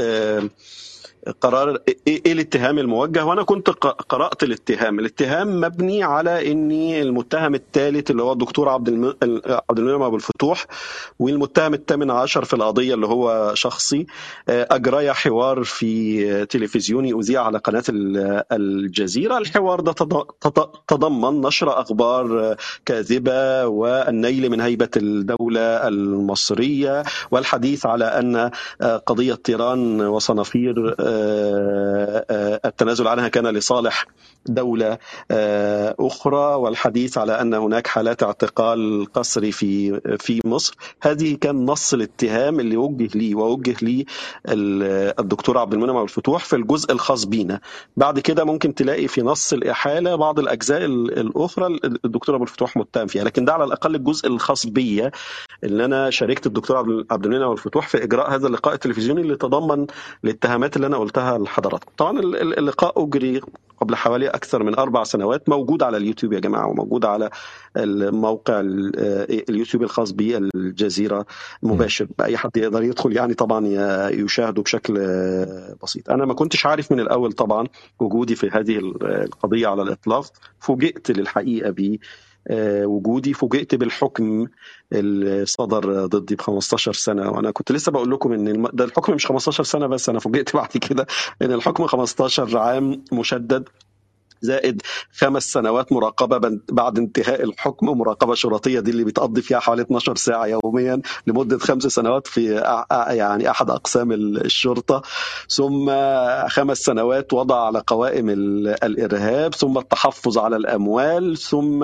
Speaker 3: قرار ايه الاتهام الموجه، وانا كنت قرات الاتهام مبني على ان المتهم الثالث اللي هو الدكتور عبد المنعم ابو الفتوح والمتهم الثامن عشر في القضيه اللي هو شخصي اجريا حوار في تلفزيوني اذيع على قناه الجزيره. الحوار ده تضمن نشر اخبار كاذبه والنيل من هيبه الدوله المصريه والحديث على ان قضيه طيران وصنافير التنازل عنها كان لصالح دولة أخرى، والحديث على أن هناك حالات اعتقال قسري في مصر. هذه كان نص الاتهام اللي وجه لي الدكتور عبد المنعم عبد الفتوح في الجزء الخاص بينا. بعد كده ممكن تلاقي في نص الإحالة بعض الأجزاء الأخرى الدكتور أبو الفتوح متهم فيها، لكن ده على الأقل الجزء الخاص بيا اللي أنا شاركت الدكتور عبد المنعم عبد الفتوح في إجراء هذا اللقاء التلفزيوني اللي تضمن الاتهامات اللي أنا قلتها لحضراتكم. طبعا اللقاء أجري قبل حوالي أكثر من 4 سنوات، موجود على اليوتيوب يا جماعة، وموجود على الموقع اليوتيوب الخاص بالجزيرة مباشر، أي حد يقدر يدخل يعني طبعا يشاهده بشكل بسيط. أنا ما كنتش عارف من الأول طبعا وجودي في هذه القضية على الإطلاق، فوجئت للحقيقة وجودي، فوجئت بالحكم اللي صدر ضدي ب15 سنة. وأنا كنت لسه بقول لكم إن ده الحكم مش 15 سنة بس، أنا فوجئت بعد كده إن الحكم 15 عام مشدد زائد 5 سنوات مراقبة بعد انتهاء الحكم، مراقبة شرطية دي اللي بتقضي فيها حوالي 12 ساعة يوميا لمدة 5 سنوات في يعني أحد أقسام الشرطة، ثم 5 سنوات وضع على قوائم الإرهاب، ثم التحفظ على الأموال، ثم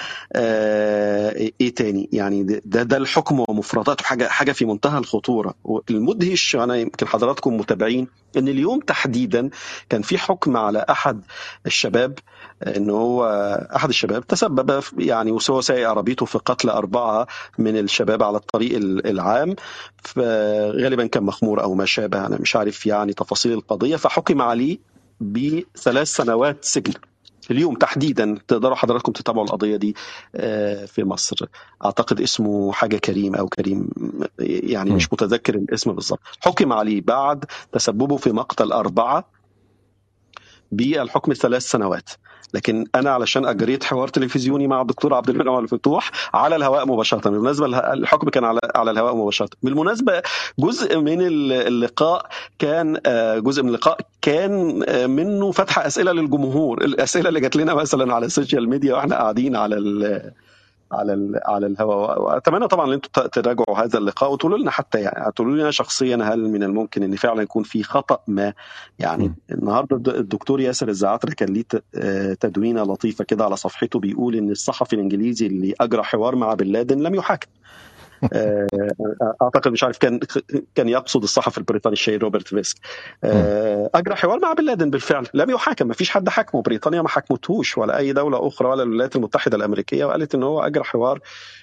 Speaker 3: إيه تاني يعني. ده الحكم ومفرداته حاجة في منتهى الخطورة. المدهش، أنا يمكن حضراتكم متابعين ان اليوم تحديدا كان في حكم على احد الشباب، ان هو احد الشباب تسبب يعني وهو سايق عربيته في قتل 4 من الشباب على الطريق العام، غالبا كان مخمور او ما شابه، انا مش عارف يعني تفاصيل القضيه، فحكم عليه ب3 سنوات سجن. اليوم تحديدا تقدروا حضراتكم تتابعوا القضيه دي في مصر، اعتقد اسمه حاجه كريم او كريم يعني مش متذكر الاسم بالظبط. حكم عليه بعد تسببه في مقتل 4 بالحكم 3 سنوات. لكن انا علشان اجريت حوار تلفزيوني مع الدكتور عبد المنعم الفتوح على الهواء مباشره، بالمناسبه الحكم كان على الهواء مباشره. بالمناسبه جزء من اللقاء كان منه فتح اسئله للجمهور، الاسئله اللي جات لنا مثلا على السوشيال ميديا واحنا قاعدين على الهواء. واتمنى طبعا ان انتم تراجعوا هذا اللقاء وتقولوا لنا، حتى يعني تقولوا لنا شخصيا هل من الممكن ان فعلا يكون في خطأ ما. يعني النهارده الدكتور ياسر الزعاترة كان ليه تدوينه لطيفه كده على صفحته، بيقول ان الصحفي الانجليزي اللي اجرى حوار مع بن لادن لم يحاكم. اعتقد مش عارف كان يقصد الصحفي البريطاني الشهير روبرت فيسك. اجرى حوار مع بن لادن بالفعل، لم يحاكم، ما فيش حد حاكمه، بريطانيا ما حكمتهوش ولا اي دوله اخرى ولا الولايات المتحده الامريكيه، وقالت ان هو اجرى حوار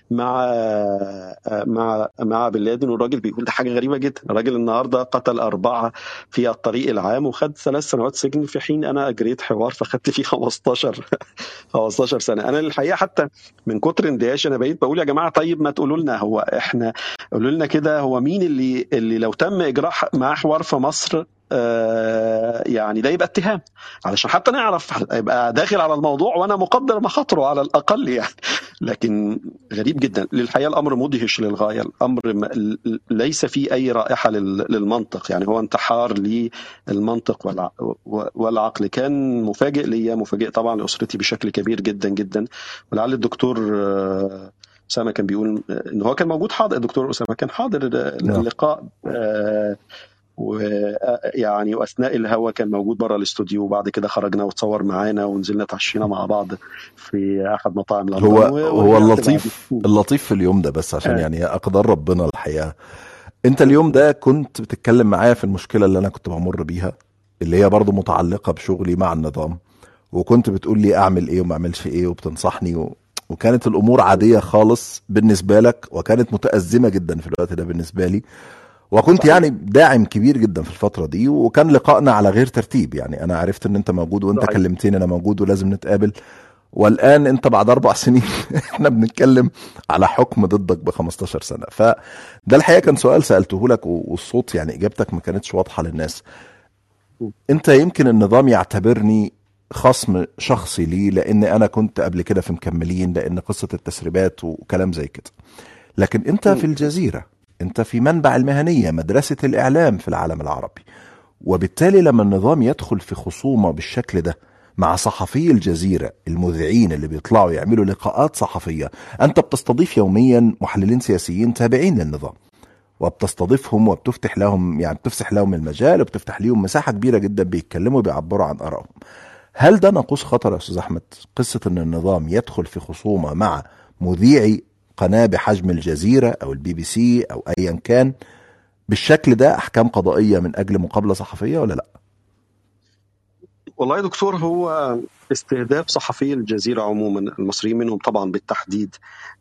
Speaker 3: مع بن لادن. والراجل بيقول ده حاجه غريبه جدا، الراجل النهارده قتل 4 في الطريق العام وخد 3 سنوات سجن، في حين انا اجريت حوار فخدت فيه 15 سنه. انا الحقيقه حتى من كتر اندهاش انا بقيت بقول يا جماعه طيب ما تقولوا لنا، هو احنا قولوا لنا كده، هو مين اللي لو تم اجراء معاه حوار في مصر يعني ده يبقى اتهام، علشان حتى نعرف يبقى داخل على الموضوع وانا مقدر مخاطره على الاقل يعني. لكن غريب جدا للحقيقه، الامر مدهش للغايه، الامر ليس فيه اي رائحه للمنطق، يعني هو انتحار للمنطق والعقل. كان مفاجئ ليا، مفاجئ طبعا لاسرتي بشكل كبير جدا جدا. ولعل الدكتور أسامة كان بيقول ان هو كان موجود حاضر، الدكتور أسامة كان حاضر اللقاء، ويعني واثناء الهوا كان موجود بره الاستوديو، وبعد كده خرجنا وتصور معانا ونزلنا اتعشينا مع بعض في احد مطاعم لندن.
Speaker 2: هو اللطيف في اليوم ده، بس عشان يعني اقدر ربنا الحقيقه، انت اليوم ده كنت بتتكلم معايا في المشكله اللي انا كنت بمر بيها، اللي هي برضو متعلقه بشغلي مع النظام، وكنت بتقول لي اعمل ايه وما اعملش ايه وبتنصحني وكانت الامور عاديه خالص بالنسبه لك، وكانت متازمه جدا في الوقت ده بالنسبه لي، وكنت يعني داعم كبير جدا في الفتره دي، وكان لقائنا على غير ترتيب. يعني انا عرفت ان انت موجود وانت كلمتني انا موجود ولازم نتقابل، والان انت بعد 4 سنين احنا بنتكلم على حكم ضدك ب15 سنه. فده الحقيقه كان سؤال سالته لك، والصوت يعني اجابتك ما كانتش واضحه للناس. انت يمكن النظام يعتبرني خصم شخصي لي، لان انا كنت قبل كده في مكملين، لان قصه التسريبات وكلام زي كده. لكن انت في الجزيره، انت في منبع المهنيه، مدرسه الاعلام في العالم العربي، وبالتالي لما النظام يدخل في خصومه بالشكل ده مع صحفي الجزيرة المذيعين اللي بيطلعوا يعملوا لقاءات صحفية، أنت بتستضيف يوميا محللين سياسيين تابعين للنظام، وبتستضيفهم وبتفتح لهم، يعني بتفسح لهم المجال وبتفتح لهم مساحة كبيرة جدا بيتكلموا وبيعبروا عن آرائهم. هل ده ناقوس خطر يا أستاذ أحمد، قصة أن النظام يدخل في خصومة مع مذيعي قناة بحجم الجزيرة أو الBBC أو أيا كان بالشكل ده، أحكام قضائية من أجل مقابلة صحفية ولا لأ؟
Speaker 3: والله يا دكتور، هو استهداف صحفي الجزيرة عموما المصريين منهم طبعا بالتحديد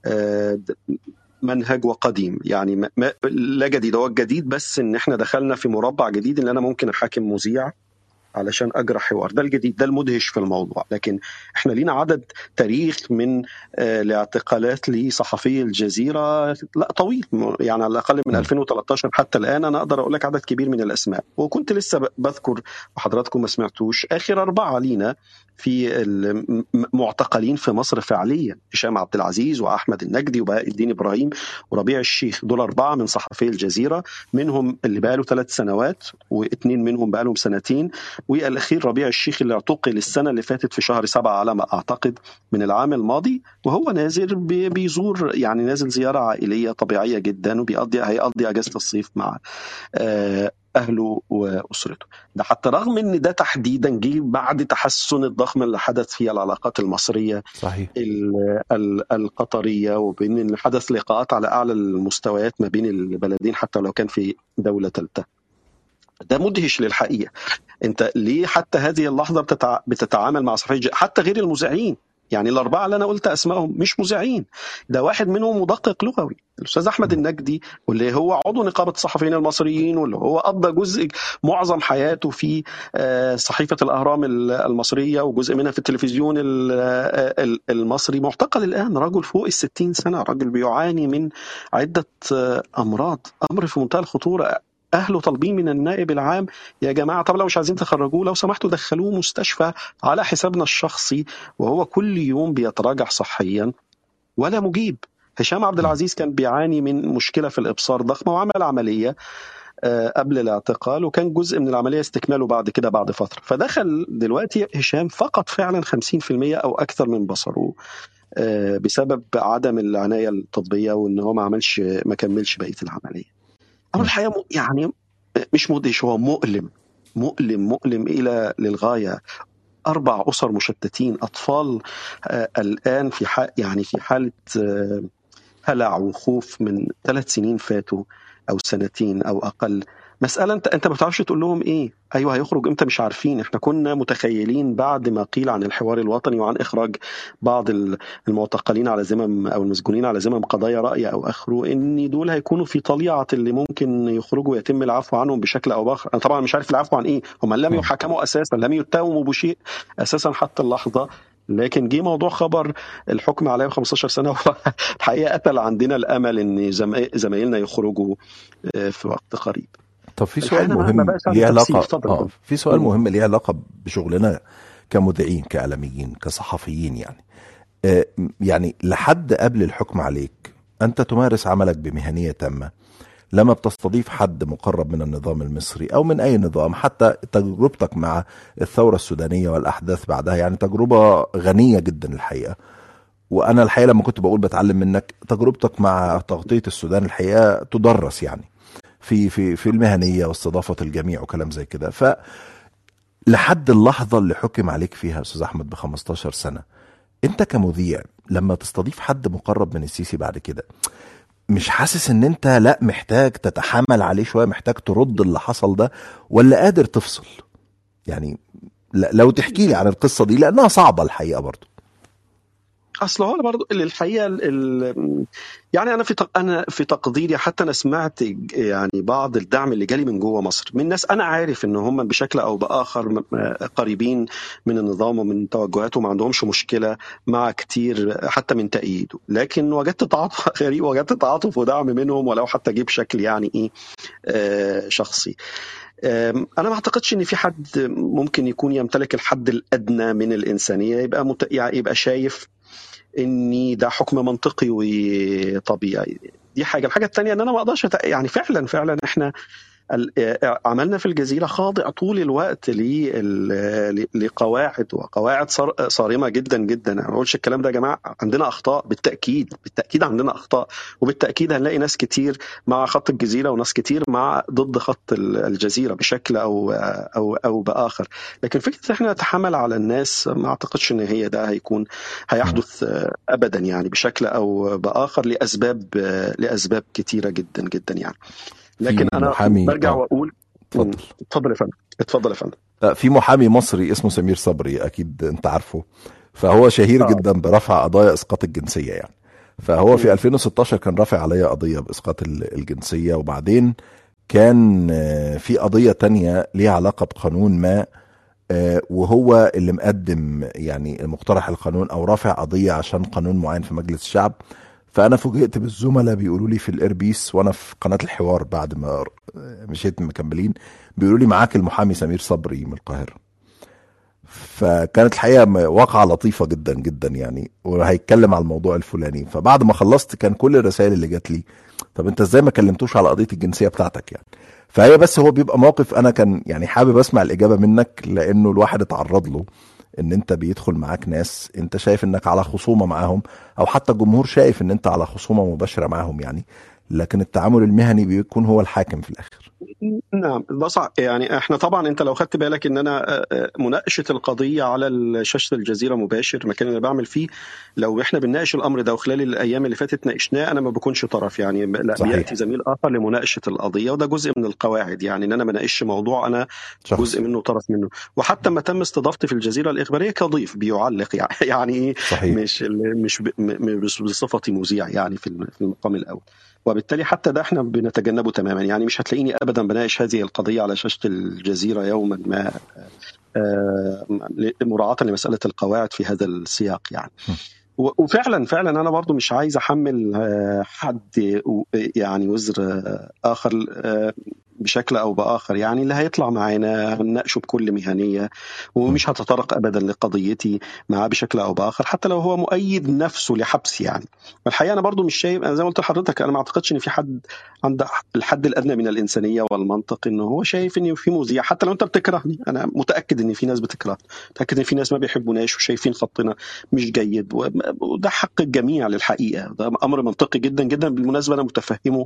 Speaker 3: منهج وقديم، يعني لا جديد، هو الجديد بس ان احنا دخلنا في مربع جديد ان انا ممكن احاكم مذيع علشان اجرى حوار. ده الجديد، ده المدهش في الموضوع. لكن احنا لينا عدد تاريخ من الاعتقالات لصحفي الجزيره لا طويل، يعني على الاقل من 2013 حتى الان انا اقدر اقول لك عدد كبير من الاسماء. وكنت لسه بذكر وحضراتكم ما سمعتوش اخر 4 لينا في المعتقلين في مصر فعليا: هشام عبد العزيز واحمد النجدي وبهاء الدين ابراهيم وربيع الشيخ. دول 4 من صحفي الجزيره، منهم اللي بقى له 3 سنوات و2 منهم بقى لهم 2 سنين، والاخير ربيع الشيخ اللي اعتقل السنه اللي فاتت في شهر 7 على ما اعتقد من العام الماضي، وهو نازل بيزور، يعني نازل زياره عائليه طبيعيه جدا، هيقضي اجازه الصيف مع اهله واسرته. ده حتى رغم ان ده تحديدا جه بعد تحسن الضخم اللي حدث في العلاقات المصريه
Speaker 2: صحيح
Speaker 3: القطريه، وبين ان حدث لقاءات على اعلى المستويات ما بين البلدين حتى لو كان في دوله ثالثه. ده مدهش للحقيقه. انت ليه حتى هذه اللحظه بتتعامل مع صحفيين حتى غير المذيعين؟ يعني ال4 اللي انا قلت اسمائهم مش مذيعين، ده واحد منهم مدقق لغوي الاستاذ احمد النجدي، واللي هو عضو نقابه الصحفيين المصريين، واللي هو قضى جزء معظم حياته في صحيفه الاهرام المصريه وجزء منها في التلفزيون المصري. معتقل الان، رجل فوق ال60 سنه، رجل بيعاني من عده امراض، امر في منتهى الخطوره. اهله طالبين من النائب العام يا جماعه طب لو مش عايزين تخرجوه لو سمحتوا دخلوه مستشفى على حسابنا الشخصي، وهو كل يوم بيتراجع صحيا ولا مجيب. هشام عبد العزيز كان بيعاني من مشكله في الابصار ضخمه وعمل عمليه قبل الاعتقال، وكان جزء من العمليه استكماله بعد كده بعد فتره. فدخل دلوقتي هشام فقط فعلا 50% او اكثر من بصره. بسبب عدم العنايه الطبيه، وان هو ما كملش بقيه العمليه. أمر الحقيقه يعني مش مدهش، هو مؤلم مؤلم الى للغايه. 4 أسر مشتتين، أطفال الآن في يعني في حالة هلع وخوف من 3 سنين فاتوا أو 2 سنين أو أقل. مسألة أنت ما بتعرفش تقول لهم إيه. أيوه هيخرج إمتى مش عارفين. إحنا كنا متخيلين بعد ما قيل عن الحوار الوطني وعن إخراج بعض المعتقلين على ذمم أو المسجونين على ذمم قضايا رأي أو آخره، إن دول هيكونوا في طليعة اللي ممكن يخرجوا ويتم العفو عنهم بشكل أو بآخر. أنا طبعا مش عارف العفو عن إيه، هم لم يحاكموا أساسا، لم يتهموا بشيء أساسا حتى اللحظة. لكن جه موضوع خبر الحكم عليه 15 سنة الحقيقة قتل عندنا الأمل إن زمايلنا يخرجوا في وقت قريب.
Speaker 2: طب في سؤال مهم ليه علاقة في سؤال مهم ليه علاقة بشغلنا كمذيعين كإعلاميين كصحفيين يعني. يعني لحد قبل الحكم عليك أنت تمارس عملك بمهنية تامة. لما بتستضيف حد مقرب من النظام المصري أو من أي نظام، حتى تجربتك مع الثورة السودانية والأحداث بعدها يعني تجربة غنية جدا الحقيقة. وأنا الحقيقة لما كنت بقول بتعلم منك، تجربتك مع تغطية السودان الحقيقة تدرس يعني في المهنية واستضافة الجميع وكلام زي كده. فلحد اللحظة اللي حكم عليك فيها أستاذ أحمد ب15 سنة، أنت كمذيع لما تستضيف حد مقرب من السيسي بعد كده، مش حاسس ان انت لا محتاج تتحمل عليه شوية، محتاج ترد اللي حصل ده، ولا قادر تفصل يعني؟ لو تحكي لي عن القصة دي لانها صعبة الحقيقة برضو.
Speaker 3: اصل هو برضه الحقيقه يعني انا في تقديري، حتى انا سمعت يعني بعض الدعم اللي جالي من جوه مصر من ناس انا عارف ان هم بشكل او باخر قريبين من النظام ومن توجهاته، ما عندهمش مشكله مع كتير حتى من تأييده. لكن وجدت تعاطف غريب، وجدت تعاطف ودعم منهم ولو حتى جه بشكل يعني ايه شخصي. أنا ما أعتقدش إن في حد ممكن يكون يمتلك الحد الأدنى من الإنسانية يبقى شايف إني ده حكم منطقي وطبيعي. دي حاجة. الحاجة الثانية إن أنا ما أقدرش يعني فعلا إحنا عملنا في الجزيرة خاضع طول الوقت لقواعد وقواعد صارمة جدا جدا. أنا ما بقولش الكلام ده يا جماعة، عندنا أخطاء بالتأكيد عندنا أخطاء، وبالتأكيد هنلاقي ناس كتير مع خط الجزيرة وناس كتير ضد خط الجزيرة بشكل أو بآخر. لكن فكرة إحنا نتحمل على الناس ما أعتقدش إن هي ده هيحدث أبدا يعني بشكل أو بآخر لأسباب كتيرة جدا جدا يعني. لكن انا برجع واقول اتفضل يا فندم.
Speaker 2: في محامي مصري اسمه سمير صبري، اكيد انت عارفه، فهو شهير جدا برفع قضايا اسقاط الجنسيه يعني. فهو في 2016 كان رافع عليا قضيه باسقاط الجنسيه، وبعدين كان في قضيه تانية ليها علاقه بقانون ما، وهو اللي مقدم يعني مقترح القانون او رافع قضيه عشان قانون معين في مجلس الشعب. فانا فوجئت بالزملاء بيقولوا لي في الايربيس وانا في قناه الحوار بعد ما مشيت مكملين، بيقولوا لي معاك المحامي سمير صبري من القاهره. فكانت الحقيقه واقعه لطيفه جدا جدا يعني، وهيتكلم على الموضوع الفلاني. فبعد ما خلصت كان كل الرسائل اللي جات لي طب انت ازاي ما كلمتوش على قضيه الجنسيه بتاعتك يعني. فهي بس هو بيبقى موقف انا كان يعني حابب اسمع الاجابه منك، لانه الواحد اتعرض له ان انت بيدخل معاك ناس انت شايف انك على خصومة معاهم، او حتى الجمهور شايف ان انت على خصومة مباشرة معاهم يعني، لكن التعامل المهني بيكون هو الحاكم في الاخر.
Speaker 3: نعم ده صح. يعني احنا طبعا انت لو خدت بالك ان انا مناقشه القضيه على شاشه الجزيره مباشر، المكان اللي بعمل فيه، لو احنا بنناقش الامر ده وخلال الايام اللي فاتت ناقشناه، انا ما بكونش طرف يعني، لا صحيح. بياتي زميل اخر لمناقشه القضيه، وده جزء من القواعد يعني، ان انا ما ناقش موضوع انا جزء منه طرف منه. وحتى ما تم استضافتي في الجزيره الاخباريه كضيف بيعلق يعني ايه، مش بصفتي مذيع يعني في المقام الاول. وبالتالي حتى ده احنا بنتجنبه تماما يعني، مش هتلاقيني ابدا بناقش هذه القضيه على شاشه الجزيره يوما ما، مراعاه لمساله القواعد في هذا السياق يعني. وفعلا انا برضو مش عايز احمل حد يعني وزر اخر بشكل او باخر، يعني اللي هيطلع معانا هنناقشه بكل مهنيه، ومش هتطرق ابدا لقضيتي معاه بشكل او باخر حتى لو هو مؤيد نفسه لحبسي يعني. والحقيقه انا برضو مش شايف، انا زي ما قلت لحضرتك انا ما اعتقدش ان في حد عند الحد الادنى من الانسانيه والمنطق انه هو شايف ان في مذيع حتى لو انت بتكرهني. انا متاكد ان في ناس بتكرهني، متاكد ان في ناس ما بيحبوناش وشايفين خطنا مش جيد، وده حق الجميع للحقيقه، ده امر منطقي جدا جدا. بالمناسبه انا متفهمه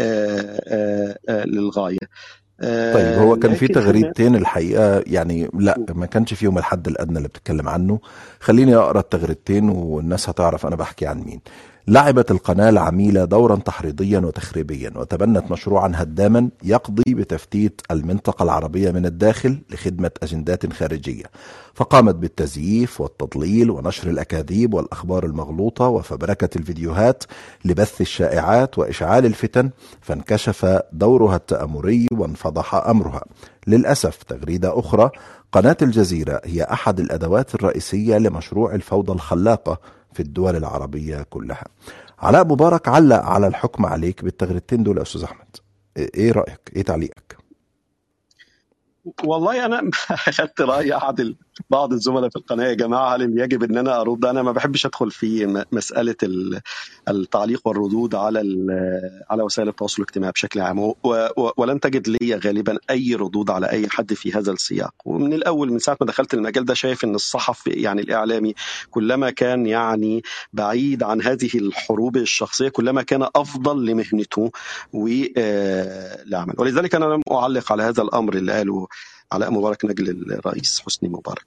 Speaker 3: للغايه.
Speaker 2: طيب هو كان في
Speaker 3: لكن
Speaker 2: تغريدتين الحقيقة، يعني لا ما كانش فيهم الحد الأدنى اللي بتتكلم عنه. خليني أقرأ التغريدتين والناس هتعرف أنا بحكي عن مين. لعبت القناة العميلة دورا تحريضيا وتخريبيا، وتبنت مشروعا هداما يقضي بتفتيت المنطقة العربية من الداخل لخدمة أجندات خارجية، فقامت بالتزييف والتضليل ونشر الأكاذيب والأخبار المغلوطة وفبركة الفيديوهات لبث الشائعات وإشعال الفتن، فانكشف دورها التآمري وانفضح أمرها. للأسف تغريدة أخرى: قناة الجزيرة هي أحد الأدوات الرئيسية لمشروع الفوضى الخلاقة في الدول العربية كلها. علاء مبارك علق على الحكم عليك بالتغريدتين دول يا أستاذ أحمد، إيه رأيك؟ إيه تعليقك؟
Speaker 3: والله انا اخذت راي احد بعض الزملاء في القناه، يا جماعه هل يجب ان انا ارد؟ انا ما بحبش ادخل في مساله التعليق والردود على وسائل التواصل الاجتماعي بشكل عام، ولن تجد لي غالبا اي ردود على اي حد في هذا السياق. ومن الاول من ساعه ما دخلت المجال ده شايف ان الصحفي يعني الاعلامي كلما كان يعني بعيد عن هذه الحروب الشخصيه كلما كان افضل لمهنته والعمل. ولذلك انا لم اعلق على هذا الامر اللي قاله علاء مبارك نجل الرئيس حسني مبارك.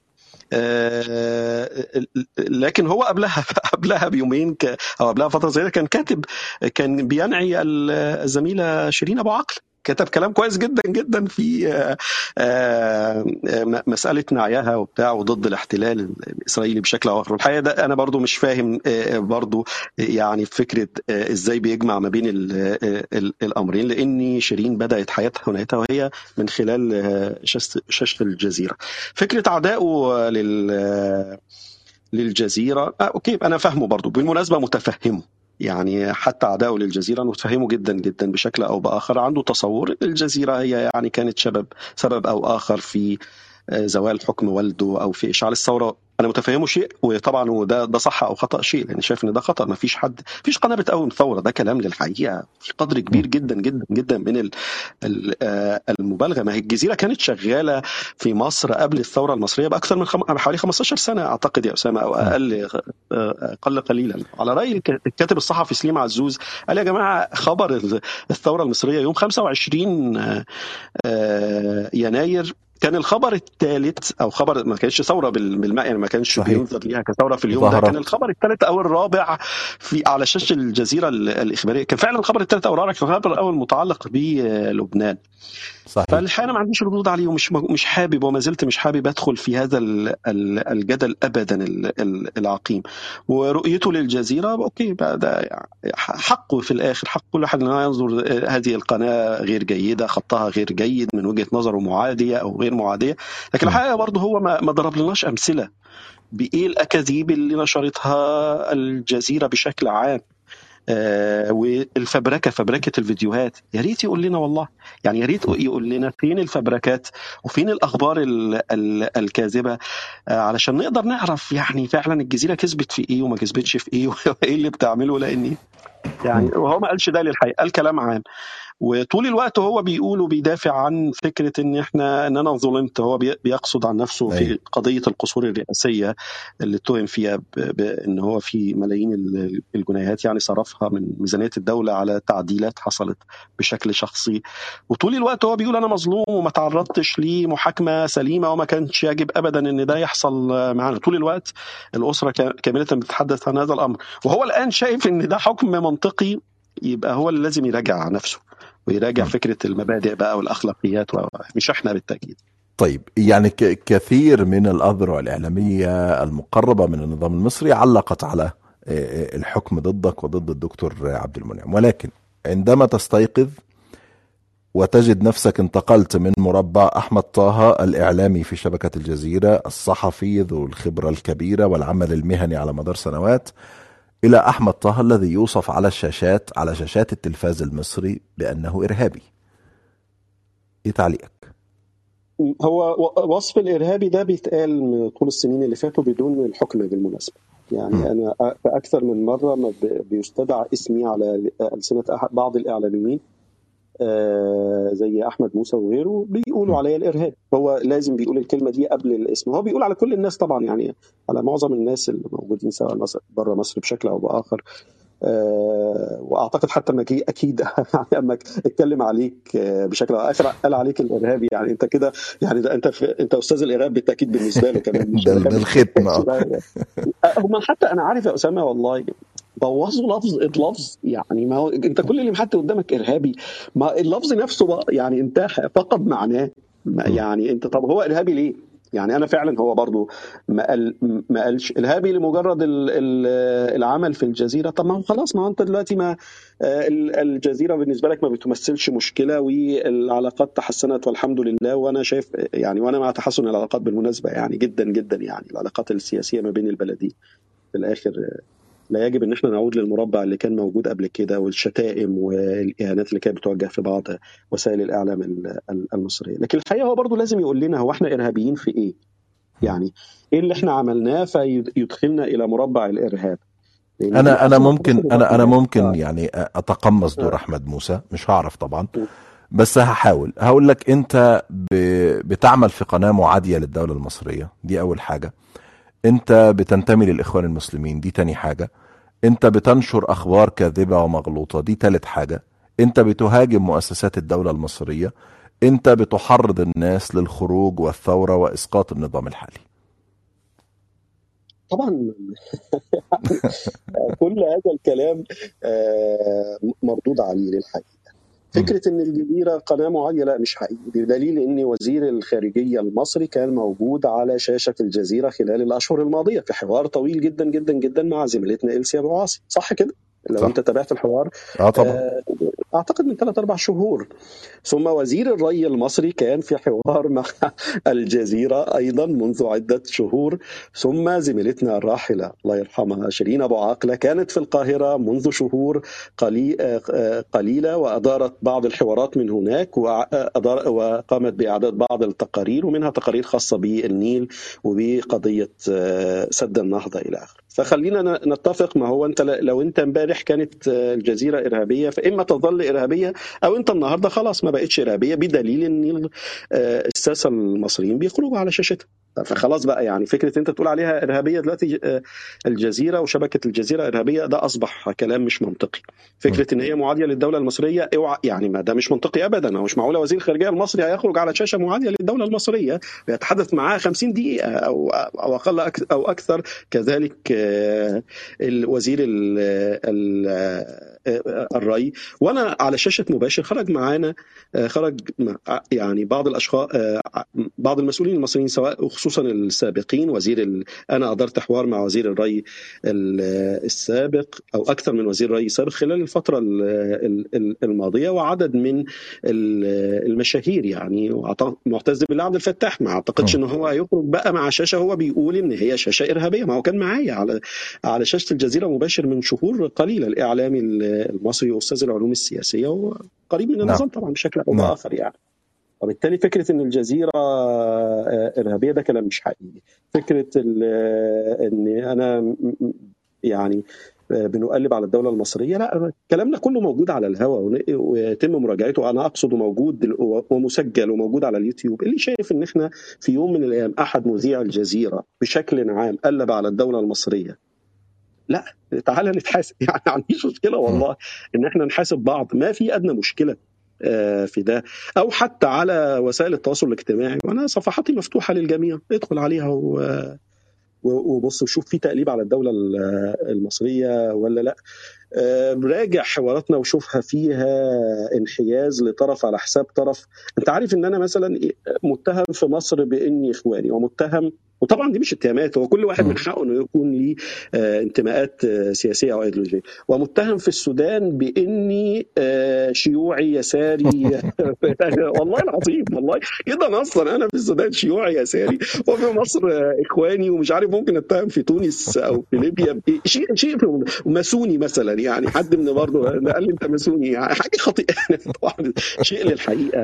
Speaker 3: لكن هو قبلها بيومين او قبلها فتره صغيره كان كاتب، كان بينعي الزميله شيرين ابو عقل، كتب كلام كويس جدا جدا في مساله نعيها وبتاع وضد الاحتلال الاسرائيلي بشكل او اخر. الحقيقه ده انا برضو مش فاهم برضو يعني فكره ازاي بيجمع ما بين الامرين، لان شيرين بدات حياتها ونهايتها وهي من خلال شاشه الجزيره. فكره عدائه للجزيره اوكي انا فاهمه برضو، بالمناسبه متفهمه، يعني حتى عداؤه للجزيره متفهمه جدا جدا بشكل او باخر. عنده تصور الجزيره هي يعني كانت سبب او اخر في زوال حكم والده او في اشعال الثوره. انا متفهمه شيء، وطبعا ده صح او خطا شيء، لان شايف ان ده خطا. ما فيش قناه بتقوم ثوره، ده كلام للحقيقه في قدر كبير جدا جدا جدا من المبالغه. ما هي الجزيره كانت شغاله في مصر قبل الثوره المصريه باكثر من حوالي 15 سنه اعتقد يا اسامه، او اقل قليلا. على راي الكاتب الصحفي سليم عزوز قال يا جماعه خبر الثوره المصريه يوم 25 يناير كان الخبر الثالث او خبر، ما كانش ثوره بالماء يعني، ما كانش بينظر ليها كثوره في اليوم ده، كان الخبر الثالث او الرابع على شاشه الجزيره الاخباريه. كان فعلا الخبر الثالث او الرابع، كان الخبر الاول متعلق بلبنان. صحيح. فالحقيقه انا ما عنديش ردود عليه، ومش مش حابب وما زلت مش حابب ادخل في هذا الجدل ابدا العقيم. ورؤيته للجزيره اوكي بقى ده يعني حقه في الاخر، حق كل احد انه ينظر هذه القناه غير جيده، خطها غير جيد من وجهه نظره، معاديه او غير معاديه. لكن الحقيقه برضه هو ما ضرب لناش امثله بايه الاكاذيب اللي نشرتها الجزيره بشكل عام. فبركه الفيديوهات. يا ريت يقول لنا والله، يعني يا ريت يقول لنا فين الفبركات وفين الاخبار الكاذبه، علشان نقدر نعرف يعني فعلا الجزيره كسبت في ايه وما كسبتش في ايه وايه اللي بتعمله. لاني يعني وهو ما قالش ده للحقيقه، قال كلام عام، وطول الوقت هو بيقول وبيدافع عن فكره ان انا ظلمت. هو بيقصد عن نفسه في قضيه القصور الرئاسيه اللي اتهم فيها بان هو في ملايين الجنيهات يعني صرفها من ميزانيه الدوله على تعديلات حصلت بشكل شخصي. وطول الوقت هو بيقول انا مظلوم وما تعرضتش لمحاكمه سليمه وما كانش يجب ابدا ان ده يحصل معانا. طول الوقت الاسره كامله بتتحدث عن هذا الامر، وهو الان شايف ان ده حكم منطقي، يبقى هو اللي لازم يراجع نفسه ويراجع فكرة المبادئ بقى والأخلاقيات، مش احنا بالتأكيد.
Speaker 2: طيب يعني كثير من الأذرع الإعلامية المقربة من النظام المصري علقت على الحكم ضدك وضد الدكتور عبد المنعم، ولكن عندما تستيقظ وتجد نفسك انتقلت من مربع أحمد طه الإعلامي في شبكة الجزيرة، الصحفي ذو الخبرة الكبيرة والعمل المهني على مدار سنوات، إلى أحمد طه الذي يوصف على شاشات التلفاز المصري بأنه إرهابي. ايه تعليقك؟
Speaker 3: هو وصف الإرهابي ده بيتقال طول السنين اللي فاتوا بدون الحكم بالمناسبة. يعني أنا في أكثر من مرة ما بيستدعى اسمي على ألسنة بعض الإعلاميين زي أحمد موسى وغيره بيقولوا عليا الإرهابي. هو لازم بيقول الكلمة دي قبل الاسم. هو بيقول على كل الناس طبعا، يعني على معظم الناس اللي موجودين سواء بره مصر بشكل أو بآخر. واعتقد حتى انك اكيد يعني اما اتكلم عليك بشكل او اخر قال عليك الارهابي، يعني انت كده، يعني ده انت استاذ الارهاب بالتاكيد بالنسبه له كمان. مش
Speaker 2: ده الختم.
Speaker 3: هم حتى انا عارف يا اسامه والله بوظوا اللفظ. يعني ما هو انت كل اللي محط قدامك ارهابي، ما اللفظ نفسه بقى يعني انت فقد معناه. يعني انت طب هو ارهابي ليه؟ يعني انا فعلا هو برضو ما قالش ارهابي لمجرد العمل في الجزيره. طب ما هو خلاص، ما هو انت دلوقتي ما الجزيره بالنسبه لك ما بتمثلش مشكله، والعلاقات تحسنت والحمد لله. وانا شايف يعني، وانا مع تحسن العلاقات بالمناسبه يعني جدا جدا. يعني العلاقات السياسيه ما بين البلدين في الاخر لا يجب ان احنا نعود للمربع اللي كان موجود قبل كده، والشتائم والاهانات اللي كانت بتوجه في بعض وسائل الاعلام المصريه. لكن الحقيقه هو برضو لازم يقول لنا هو احنا ارهابيين في ايه؟ يعني ايه اللي احنا عملناه فيدخلنا الى مربع الارهاب؟
Speaker 2: انا ممكن يعني اتقمص دور احمد موسى، مش هعرف طبعا، بس هقول لك انت بتعمل في قناه معاديه للدوله المصريه، دي اول حاجه. انت بتنتمي للاخوان المسلمين، دي تاني حاجه. انت بتنشر اخبار كاذبه ومغلوطه، دي تالت حاجه. انت بتهاجم مؤسسات الدوله المصريه. انت بتحرض الناس للخروج والثوره واسقاط النظام الحالي.
Speaker 3: طبعا كل هذا الكلام مردود عليه للحقيقه. فكره ان الجزيره قناه معاديه لا مش حقيقي، بدليل ان وزير الخارجيه المصري كان موجود على شاشه الجزيره خلال الاشهر الماضيه في حوار طويل جدا جدا جدا مع زميلتنا إلسي أبو عاصي، صح كده؟ لو صح. انت تابعت الحوار
Speaker 2: طبعا.
Speaker 3: اعتقد من 3-4 شهور. ثم وزير الري المصري كان في حوار مع الجزيرة أيضا منذ عدة شهور. ثم زميلتنا الراحلة الله يرحمها شيرين أبو عاقلة كانت في القاهرة منذ شهور قليلة، وأدارت بعض الحوارات من هناك، وقامت بإعداد بعض التقارير، ومنها تقارير خاصة بالنيل وبقضية سد النهضة إلى آخره. فخلينا نتفق، ما هو انت لو انت امبارح كانت الجزيره ارهابيه، فاما تظل ارهابيه او انت النهارده خلاص ما بقتش ارهابيه، بدليل ان الساسه المصريين بيخرجوا على شاشتها. فخلاص بقى يعني فكره انت تقول عليها ارهابيه دلوقتي الجزيره وشبكه الجزيره ارهابيه، ده اصبح كلام مش منطقي. فكره ان هي معاديه للدوله المصريه، اوعى يعني، ما ده مش منطقي ابدا. مش معقوله وزير الخارجيه المصري هيخرج على شاشه معاديه للدوله المصريه ويتحدث معاها 50 دقيقه او اقل او اكثر. كذلك الوزير الري، وانا على شاشه مباشر خرج يعني بعض الاشخاص، بعض المسؤولين المصريين سواء خصوصا السابقين. انا ادرت حوار مع وزير الري السابق او اكثر من وزير ري سابق خلال الفتره الماضيه، وعدد من المشاهير يعني معتز بالله عبد الفتاح. ما اعتقدش ان هو هيخرج بقى مع شاشه هو بيقول ان هي شاشه ارهابيه. ما هو كان معايا على شاشه الجزيره مباشر من شهور قليله الاعلامي المصري واستاذ العلوم السياسيه وقريب من النظام طبعا بشكل او باخر يعني. وبالتالي فكره ان الجزيره ارهابيه ده كلام مش حقيقي. فكره ان انا يعني بنقلب على الدولة المصرية، لا، كلامنا كله موجود على الهواء ويتم مراجعته. أنا أقصد موجود ومسجل وموجود على اليوتيوب. اللي شايف إن إحنا في يوم من الأيام أحد مذيع الجزيرة بشكل عام قلب على الدولة المصرية، لا، تعالى نتحاسب. يعني ما عنديش مشكلة والله إن إحنا نحاسب بعض، ما في أدنى مشكلة في ده. أو حتى على وسائل التواصل الاجتماعي، وأنا صفحاتي مفتوحة للجميع، ادخل عليها وبص وشوف في تقليب على الدولة المصرية ولا لا. راجع حواراتنا وشوفها فيها انحياز لطرف على حساب طرف. انت عارف ان انا مثلا متهم في مصر باني اخواني، ومتهم، وطبعا دي مش اتهامات، هو كل واحد من حقه انه يكون ليه انتماءات سياسيه او ايديولوجيه، ومتهم في السودان باني شيوعي يساري. والله العظيم، والله كده نصا انا في السودان شيوعي يساري، وفي مصر اخواني، ومش عارف ممكن اتهم في تونس او في ليبيا شيء ماسوني مثلا. يعني حد من برضه قال لي انت ماسوني، يعني حاجه خطيئه طبعا، شيء للحقيقه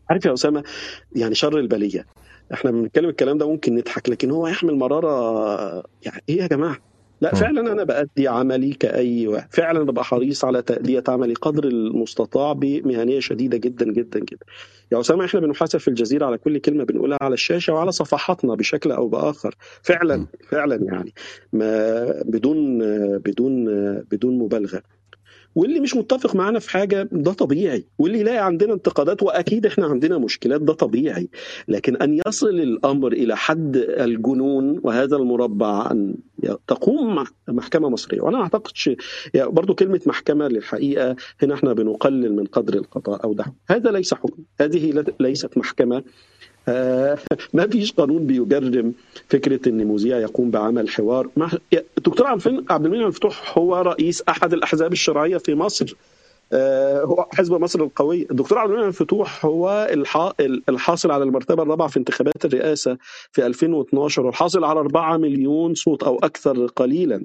Speaker 6: عارف يا اسامه، يعني شر البليه، احنا بنتكلم الكلام ده ممكن نضحك، لكن هو يحمل مراره. يعني ايه يا جماعه؟ لا فعلا انا بأدي عملي كأي واحد، فعلا ببقى حريص على تأدية عملي قدر المستطاع بمهنية شديدة جدا جدا جدا. يا أسامة احنا بنحاسب في الجزيرة على كل كلمة بنقولها على الشاشة وعلى صفحاتنا بشكل أو بآخر، فعلا فعلا يعني، ما بدون مبالغة. واللي مش متفق معانا في حاجة ده طبيعي، واللي يلاقي عندنا انتقادات وأكيد احنا عندنا مشكلات ده طبيعي، لكن أن يصل الأمر إلى حد الجنون وهذا المربع أن تقوم محكمة مصرية، وأنا أعتقدش يعني برضو كلمة محكمة للحقيقة هنا احنا بنقلل من قدر القضاء أو ده، هذا ليس حكم، هذه ليست محكمة. ما فيش قانون بيجرم فكره ان مذيع يقوم بعمل حوار مع الدكتور عبد المنعم مفتوح، هو رئيس احد الاحزاب الشرعيه في مصر، هو حزب مصر القوي. الدكتور عبد المنعم مفتوح هو الحاصل على المرتبه الرابعه في انتخابات الرئاسه في 2012 والحاصل على 4 مليون صوت او اكثر قليلا.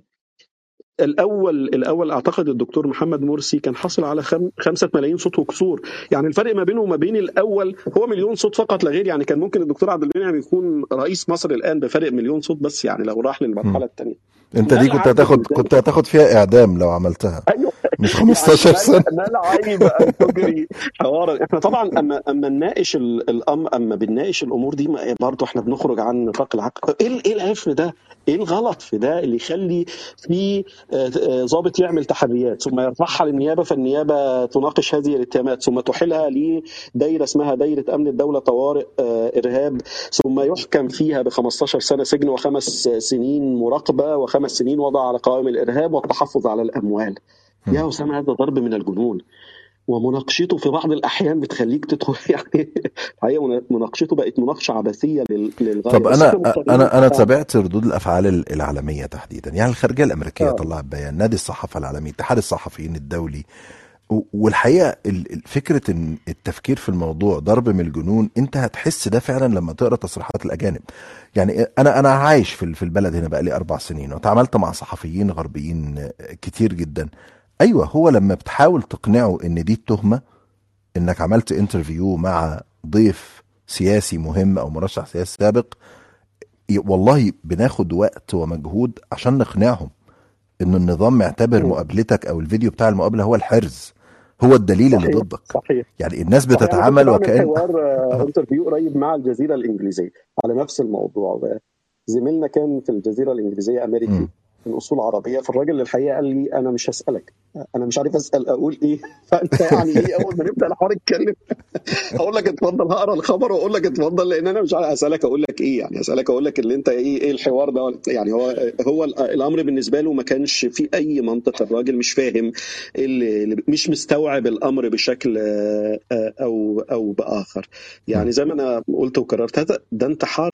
Speaker 6: الاول اعتقد الدكتور محمد مرسي كان حاصل على 5 ملايين صوت وكسور، يعني الفرق ما بينه وما بين الاول هو مليون صوت فقط لا غير. يعني كان ممكن الدكتور عبد المنعم يكون رئيس مصر الان بفرق مليون صوت بس، يعني لو راح للمرحله الثانيه.
Speaker 2: انت دي كنت هتاخد فيها اعدام لو عملتها.
Speaker 6: ايوه
Speaker 2: مش 15
Speaker 6: يعني
Speaker 2: سنه.
Speaker 6: ما العيب ان تجري حوارا. احنا طبعا اما نناقش الامر، اما بنناقش الامور دي برضه احنا بنخرج عن نطاق العقل. ايه العيب في ده؟ ايه الغلط في ده اللي يخلي في ضابط يعمل تحريات ثم يرفعها للنيابه، فالنيابه تناقش هذه الاتهامات ثم تحيلها لدايره اسمها دايره امن الدوله طوارئ ارهاب، ثم يحكم فيها ب 15 سنه سجن و5 سنين مراقبه و5 سنين وضع على قوائم الارهاب والتحفظ على الاموال. يا أسامة هذا ضرب من الجنون، ومناقشته في بعض الأحيان بتخليك تدخل يعني الحقيقة مناقشته بقت مناقشة عبثية للغاية.
Speaker 2: طب أنا تابعت ردود الأفعال العالمية تحديدا، يعني الخارجية الأمريكية طلعت بيان، نادي الصحافة العالمي، اتحاد الصحفيين الدولي، والحقيقة فكرة ان التفكير في الموضوع ضرب من الجنون، انت هتحس ده فعلا لما تقرأ تصريحات الأجانب. يعني انا عايش في البلد هنا بقالي 4 سنين وتعاملت مع صحفيين غربيين كتير جدا. ايوه، هو لما بتحاول تقنعه ان دي التهمة، انك عملت انترفيو مع ضيف سياسي مهم او مرشح سياسي سابق، والله بناخد وقت ومجهود عشان نقنعهم ان النظام معتبر مقابلتك او الفيديو بتاع المقابلة هو الحرز، هو الدليل
Speaker 6: صحيح
Speaker 2: اللي ضدك.
Speaker 6: صحيح.
Speaker 2: يعني الناس بتتعامل
Speaker 6: وكأن
Speaker 2: وكأن
Speaker 6: حوار انترفيو قريب مع الجزيرة الإنجليزية على نفس الموضوع. زميلنا كان في الجزيرة الإنجليزية أمريكي من أصول عربية، فالراجل الحقيقة قال لي أنا مش هسألك، أنا مش عارف أسأل أقول إيه. فأنت يعني إيه أول ما نبدأ الحوار نتكلم هقول لك اتفضل هقرا الخبر واقول لك اتفضل، لان انا مش عارف اسالك اقول لك ايه، يعني اسالك اقول لك اللي انت ايه الحوار ده. يعني هو الامر بالنسبه له ما كانش في اي منطق، الراجل مش فاهم اللي مش مستوعب الامر بشكل او باخر. يعني زي ما انا قلت وكررت، هذا ده انتحار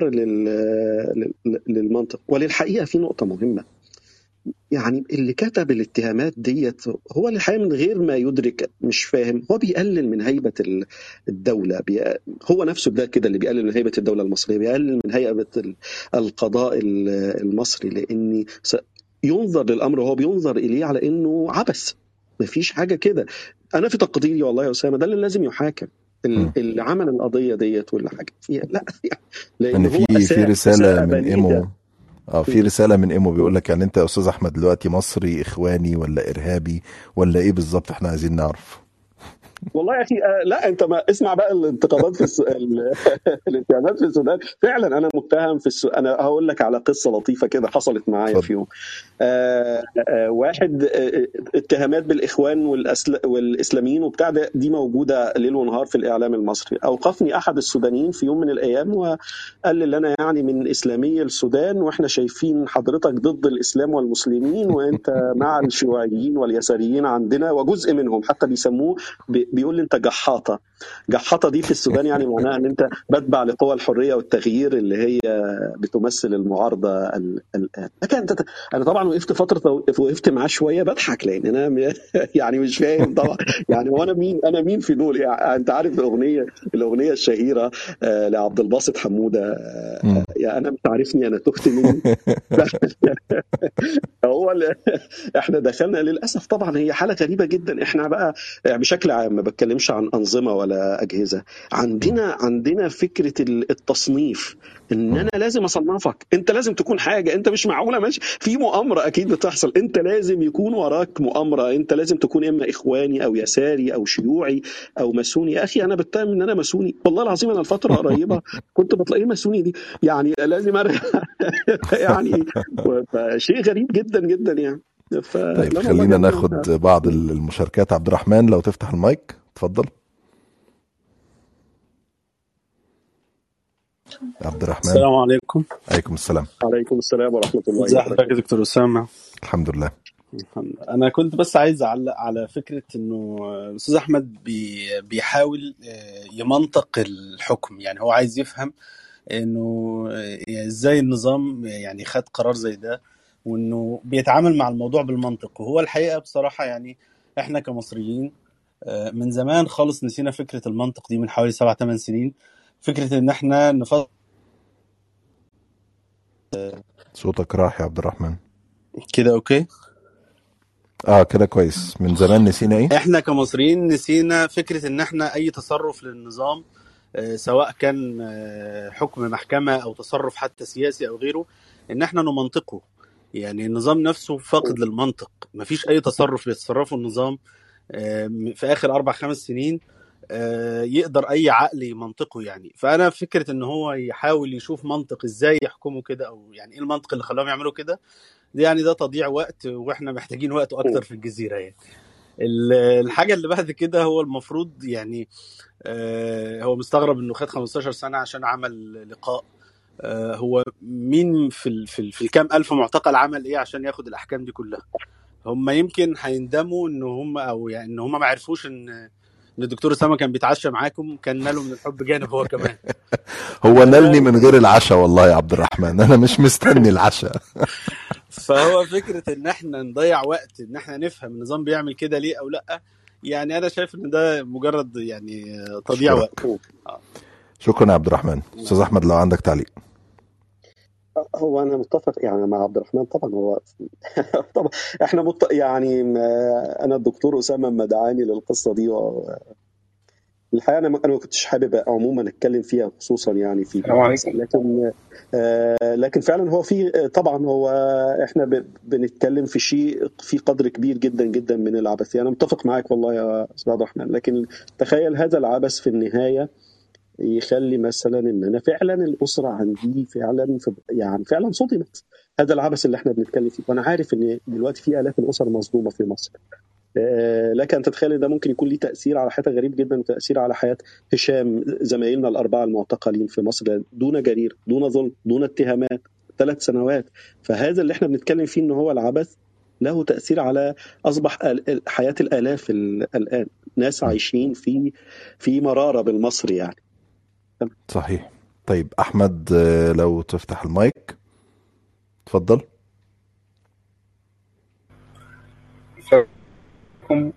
Speaker 6: للمنطق. وللحقيقه في نقطه مهمه، يعني اللي كتب الاتهامات ديت هو اللي الحقيقه من غير ما يدرك مش فاهم، هو بيقلل من هيبه الدوله، هو نفسه ده كده اللي بيقلل من هيبه الدوله المصريه، بيقلل من هيبه القضاء المصري، لان ينظر للامر وهو بينظر اليه على انه عبث، مفيش حاجه كده. انا في تقديري والله يا اسامه ده اللي لازم يحاكم، اللي عمل القضيه ديت ولا حاجه فيها، لا يعني لان هو
Speaker 2: في رساله من
Speaker 6: بليغة.
Speaker 2: في رساله من ايمو بيقول لك يعني انت يا استاذ احمد دلوقتي مصري اخواني ولا ارهابي ولا ايه بالظبط؟ احنا عايزين نعرف.
Speaker 6: والله يا اخي لا انت ما اسمع بقى الانتقادات في الاتهامات في السودان. فعلا انا متهم في انا هقول لك على قصه لطيفه كده حصلت معايا في يوم. واحد اتهامات بالاخوان والاسلاميين وبتاع ده، دي موجوده ليل ونهار في الاعلام المصري. اوقفني احد السودانيين في يوم من الايام وقال لي انا يعني من اسلامي السودان، واحنا شايفين حضرتك ضد الاسلام والمسلمين وانت مع الشيوعيين واليساريين عندنا، وجزء منهم حتى بيسموه بيقول لي انت جحاطه. جحاطه دي في السودان يعني معناها ان انت بتبع لقوى الحريه والتغيير اللي هي بتمثل المعارضه الان. لكن انا طبعا وقفت معاه شويه بضحك، لان انا يعني مش فاهم طبعا يعني وانا انا مين في دول؟ يعني انت عارف الاغنيه الشهيره لعبد الباسط حموده، يا انا مش عارفني انا تهت مني. هو احنا دخلنا للاسف طبعا، هي حاله غريبه جدا. احنا بقى بشكل عام ما بتكلمش عن انظمه ولا اجهزه. عندنا فكره التصنيف، ان انا لازم اصنفك، انت لازم تكون حاجه، انت مش معقوله ماشي في مؤامره اكيد بتحصل، انت لازم يكون وراك مؤامره، انت لازم تكون اما اخواني او يساري او شيوعي او ماسوني. يا اخي انا بتهم ان انا ماسوني، والله العظيم انا الفتره قريبه كنت بتلاقي ماسوني دي، يعني لازم ارجع يعني شيء غريب جدا جدا يعني.
Speaker 2: طيب
Speaker 6: فلا والله
Speaker 2: خلينا
Speaker 6: يعني
Speaker 2: ناخد بعض المشاركات. عبد الرحمن لو تفتح المايك اتفضل. عبد الرحمن.
Speaker 5: السلام عليكم.
Speaker 2: عليكم السلام.
Speaker 6: عليكم السلام ورحمه الله
Speaker 5: ازي حضرتك
Speaker 6: وبركاته.
Speaker 5: يا دكتور اسامه؟
Speaker 2: الحمد لله.
Speaker 5: انا كنت بس عايز اعلق على فكره انه الاستاذ احمد بيحاول يمنطق الحكم، يعني هو عايز يفهم انه ازاي النظام يعني خد قرار زي ده، وانه بيتعامل مع الموضوع بالمنطق. وهو الحقيقه بصراحه يعني احنا كمصريين من زمان خالص نسينا فكره المنطق دي، من حوالي 7-8 سنين. فكره ان احنا نفضل
Speaker 2: صوتك راح يا عبد الرحمن.
Speaker 5: كده. اوكي
Speaker 2: كده كويس. من زمان نسينا ايه؟
Speaker 5: احنا كمصريين نسينا فكرة ان احنا اي تصرف للنظام سواء كان حكم محكمة او تصرف حتى سياسي او غيره، ان احنا نمنطقه. يعني النظام نفسه فاقد للمنطق، مفيش اي تصرف بيتصرفه النظام في اخر 4-5 سنين يقدر اي عقل يمنطقه يعني. فانا فكرة ان هو يحاول يشوف منطق ازاي يحكمه كده، او يعني ايه المنطق اللي خلاهم يعملوا كده، يعني ده تضييع وقت، واحنا محتاجين وقت اكتر في الجزيرة يعني. الحاجة اللي بعد كده، هو المفروض يعني هو مستغرب انه خد 15 سنة عشان عمل لقاء. هو مين في الكام ألف معتقل عمل ايه عشان ياخد الأحكام دي كلها؟ هم يمكن هيندموا ان هم، او يعني ان هم ما عرفوش ان الدكتور اسامه كان بيتعشى معاكم، كان ناله من الحب جانب هو كمان.
Speaker 2: هو نالني من غير العشاء والله يا عبد الرحمن، انا مش مستني العشاء.
Speaker 5: فهو فكرة ان احنا نضيع وقت ان احنا نفهم النظام بيعمل كده ليه او لا، يعني انا شايف ان ده مجرد يعني تضييع
Speaker 2: اشكرك.
Speaker 5: وقت.
Speaker 2: شكرا يا عبد الرحمن. استاذ احمد لو عندك تعليق.
Speaker 6: هو انا متفق يعني مع عبد الرحمن طبعا. هو طبعا احنا يعني انا الدكتور اسامه لما دعاني للقصه دي الحقيقه انا ما كنتش حابب عموما اتكلم فيها، خصوصا يعني في
Speaker 7: السلام عليكم.
Speaker 6: لكن فعلا هو في طبعا هو احنا بنتكلم في شيء في قدر كبير جدا جدا من العبث. انا متفق معاك والله يا استاذ عبد الرحمن، لكن تخيل هذا العبث في النهايه يخلي مثلا ان انا فعلا الاسره عندي فعلا يعني فعلا صدمت. هذا العبث اللي احنا بنتكلم فيه، وانا عارف ان دلوقتي في الاف الاسر مصدومه في مصر. لك ان تتخيل ان ده ممكن يكون ليه تاثير على حياتها غريب جدا، وتاثير على حياه هشام، زمايلنا الاربعه المعتقلين في مصر دون جرير، دون ظلم، دون اتهامات، 3 سنوات. فهذا اللي احنا بنتكلم فيه ان هو العبث له تاثير على اصبح حياه الالاف الان، ناس عايشين في مراره بالمصري يعني.
Speaker 2: صحيح. طيب احمد لو تفتح المايك اتفضل.
Speaker 7: عليكم.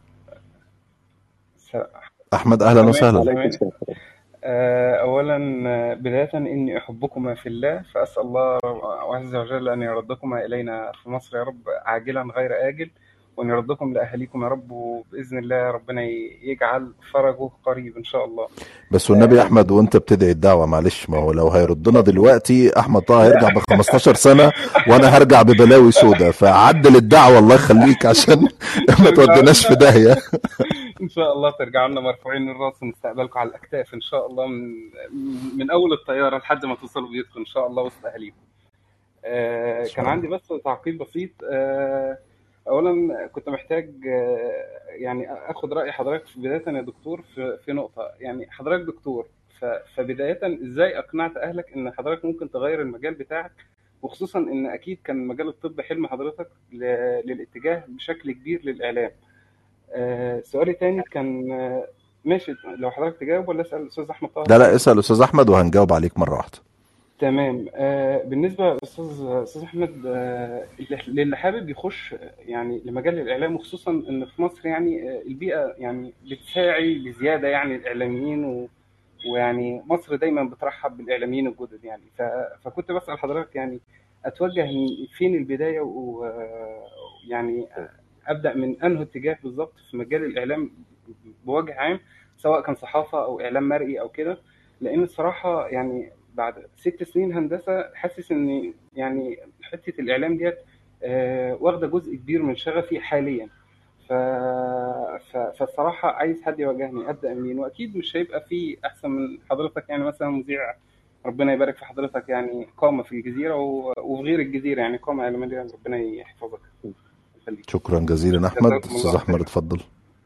Speaker 2: احمد اهلا وسهلا.
Speaker 6: عليكم السلام.
Speaker 7: أولا بداية إني أحبكما في الله، فأسأل الله عز وجل أن يردكما إلينا في مصر يا رب عاجلا غير آجل، وأن يردكم لأهليكم يا رب، وبإذن الله ربنا يجعل فرجه قريب إن شاء الله.
Speaker 2: بس والنبي يا احمد وانت بتدعي الدعوه معلش، ما هو لو هيردنا دلوقتي احمد طه هيرجع ب 15 سنه وانا هرجع ببلاوي سودا، فعدل الدعوه الله يخليك عشان ما تودناش في داهيه.
Speaker 7: إن شاء الله ترجعوا لنا مرفوعين الراس ونستقبلكم على الأكتاف إن شاء الله، من أول الطيارة لحد ما توصلوا بيوتكم إن شاء الله وسط أهليكم. كان عندي بس تعقيب بسيط. أولا كنت محتاج يعني أخد رأي حضرتك في بداية يا دكتور في نقطة. يعني حضرتك دكتور، فبداية إزاي أقنعت أهلك إن حضرتك ممكن تغير المجال بتاعك، وخصوصا إن أكيد كان مجال الطب حلم حضرتك للاتجاه بشكل كبير للإعلام. سؤالي تاني كان ماشي لو حضرتك تجاوب ولا اسال الاستاذ احمد طه؟
Speaker 2: لا اسال استاذ احمد وهنجاوب عليك مره واحده.
Speaker 7: تمام. بالنسبه استاذ احمد، للي حابب يخش يعني لمجال الاعلام، وخصوصا ان في مصر يعني البيئه يعني بتساعي بزياده يعني الاعلاميين، ويعني مصر دايما بترحب بالاعلاميين الجدد يعني. فكنت بسال حضرتك يعني اتوجه فين البدايه، ويعني ابدا من انه اتجاه بالظبط في مجال الاعلام بوجه عام، سواء كان صحافة أو إعلام مرئي أو كده. لأن الصراحة يعني بعد 6 سنين هندسة حاسس إن يعني حتة الإعلام ديت واخدة جزء كبير من شغفي حاليا. ف... فالصراحة عايز حد يواجهني أبدأ منين، وأكيد مش هيبقى في أحسن من حضرتك، يعني مثلا مذيع ربنا يبارك في حضرتك، يعني قامة في الجزيرة وفي غير الجزيرة، يعني قامة إعلامية ربنا يحفظك ويخليك.
Speaker 2: شكرا جزيلا احمد.
Speaker 7: جزاكم
Speaker 2: استاذ
Speaker 7: الله
Speaker 2: احمد
Speaker 7: خيرا.
Speaker 2: اتفضل.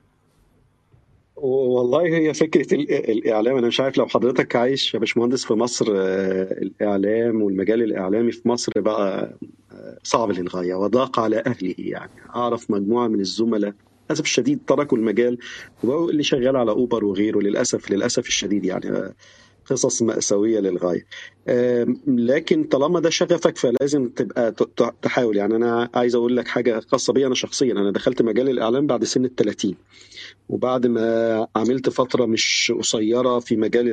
Speaker 6: والله هي فكرة الإعلام. أنا مش عارف لو حضرتك عايش يا باشمهندس في مصر، الإعلام والمجال الإعلامي في مصر بقى صعب للغاية وضاق على أهله. يعني أعرف مجموعة من الزملاء للأسف الشديد تركوا المجال وبقوا اللي شغال على أوبر وغيره، للأسف الشديد يعني. قصص مأساوية للغاية. لكن طالما ده شغفك فلازم تبقى تحاول. يعني أنا عايز أقول لك حاجة خاصة بي أنا شخصيا. أنا دخلت مجال الإعلام بعد سن ال30، وبعد ما عملت فترة مش قصيرة في مجال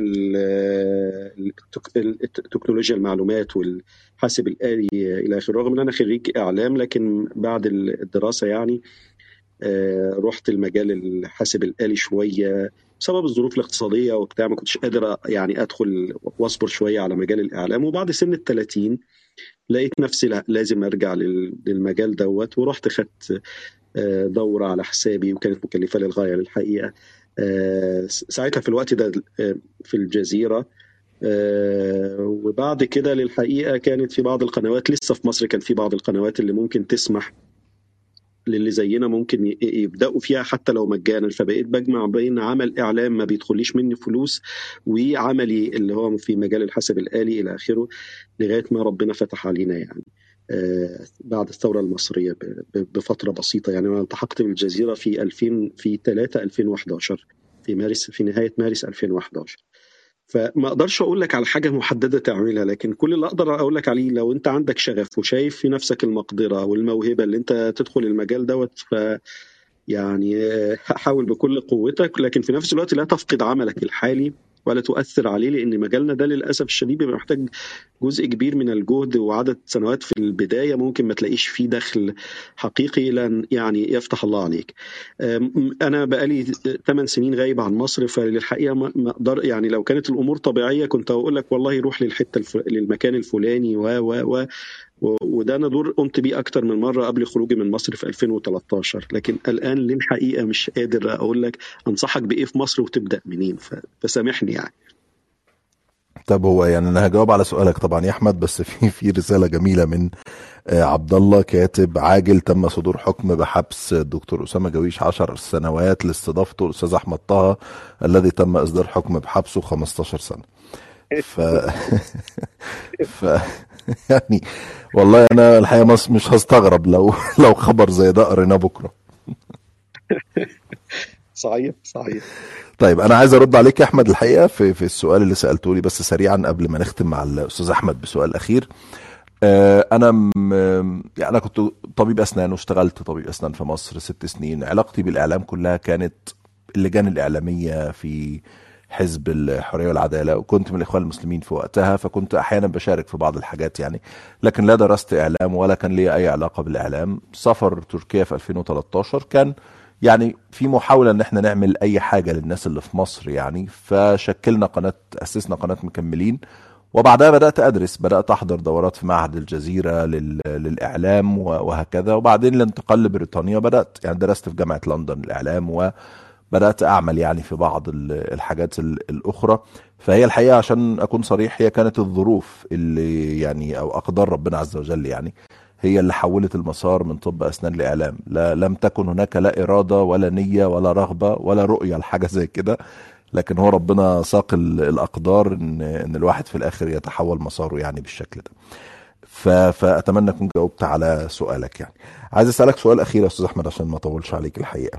Speaker 6: تكنولوجيا المعلومات والحاسب الآلي إلى آخره، رغم أن أنا خريج إعلام، لكن بعد الدراسة يعني رحت المجال الحاسب الآلي شوية بسبب الظروف الاقتصادية وبتاع. ما كنتش قادر يعني أدخل واصبر شوية على مجال الإعلام. وبعد سن ال30 لقيت نفسي لا لازم أرجع للمجال دوت، ورحت خدت دورة على حسابي وكانت مكلفة للغاية للحقيقة. ساعتها في الوقت ده في الجزيرة. وبعد كده للحقيقة كانت في بعض القنوات لسه في مصر، كان في بعض القنوات اللي ممكن تسمح للي زينا ممكن يبدأوا فيها حتى لو مجانا. فبقيت بجمع بين عمل إعلام ما بيدخليش مني فلوس وعملي اللي هو في مجال الحاسب الآلي إلى آخره، لغاية ما ربنا فتح علينا يعني بعد الثورة المصرية بفترة بسيطة. يعني أنا التحقت بالجزيرة في 3/2011 في نهاية مارس 2011. فما اقدرش اقول لك على حاجه محدده تعملها، لكن كل اللي اقدر اقول لك عليه لو انت عندك شغف وشايف في نفسك المقدره والموهبه اللي انت تدخل المجال دوت، يعني حاول بكل قوتك، لكن في نفس الوقت لا تفقد عملك الحالي ولا تؤثر عليه، لان مجالنا ده للاسف الشديد بيبقى محتاج جزء كبير من الجهد وعدد سنوات في البدايه ممكن ما تلاقيش فيه دخل حقيقي لن يعني يفتح الله عليك. انا بقالي 8 سنين غايب عن مصر، فللحقيقه ما اقدر يعني لو كانت الامور طبيعيه كنت اقول لك والله روح للمكان الفلاني وده انا دور قمت بيه اكتر من مره قبل خروجي من مصر في 2013. لكن الان للحقيقه مش قادر اقول لك انصحك بايه في مصر وتبدا منين، فسامحني يعني.
Speaker 2: طب هو يعني انا هجاوب على سؤالك طبعا يا احمد، بس في رساله جميله من عبد الله كاتب: عاجل تم صدور حكم بحبس الدكتور اسامه جويش 10 سنوات لاستضافته الاستاذ احمد طه الذي تم اصدار حكم بحبسه 15 سنه. ف... يعني والله انا الحقيقه مش هستغرب لو خبر زي ده قريناه بكره.
Speaker 6: صحيح.
Speaker 2: طيب انا عايز ارد عليك يا احمد الحقيقه في السؤال اللي سالته لي، بس سريعا قبل ما نختم مع الاستاذ احمد بسؤال اخير. انا يعني انا كنت طبيب اسنان واشتغلت طبيب اسنان في مصر 6 سنين. علاقتي بالاعلام كلها كانت اللجان الاعلاميه في حزب الحريه والعداله، وكنت من الاخوان المسلمين في وقتها، فكنت احيانا بشارك في بعض الحاجات يعني، لكن لا درست اعلام ولا كان لي اي علاقه بالاعلام. سفر تركيا في 2013 كان يعني في محاولة ان احنا نعمل اي حاجة للناس اللي في مصر يعني، فشكلنا قناة، اسسنا قناة مكملين، وبعدها بدأت احضر دورات في معهد الجزيرة للاعلام وهكذا، وبعدين الانتقال لبريطانيا بدأت يعني درست في جامعة لندن الاعلام، وبدأت اعمل يعني في بعض الحاجات الاخرى. فهي الحقيقة عشان اكون صريح هي كانت الظروف اللي يعني او اقدار ربنا عز وجل يعني هي اللي حولت المسار من طب أسنان لإعلام. لم تكن هناك لا إرادة ولا نية ولا رغبة ولا رؤية لحاجة زي كده، لكن هو ربنا ساق الأقدار إن الواحد في الآخر يتحول مساره يعني بالشكل ده. فأتمنى أكون جاوبت على سؤالك يعني. عايز أسألك سؤال أخير يا أستاذ أحمد عشان ما أطولش عليك الحقيقة.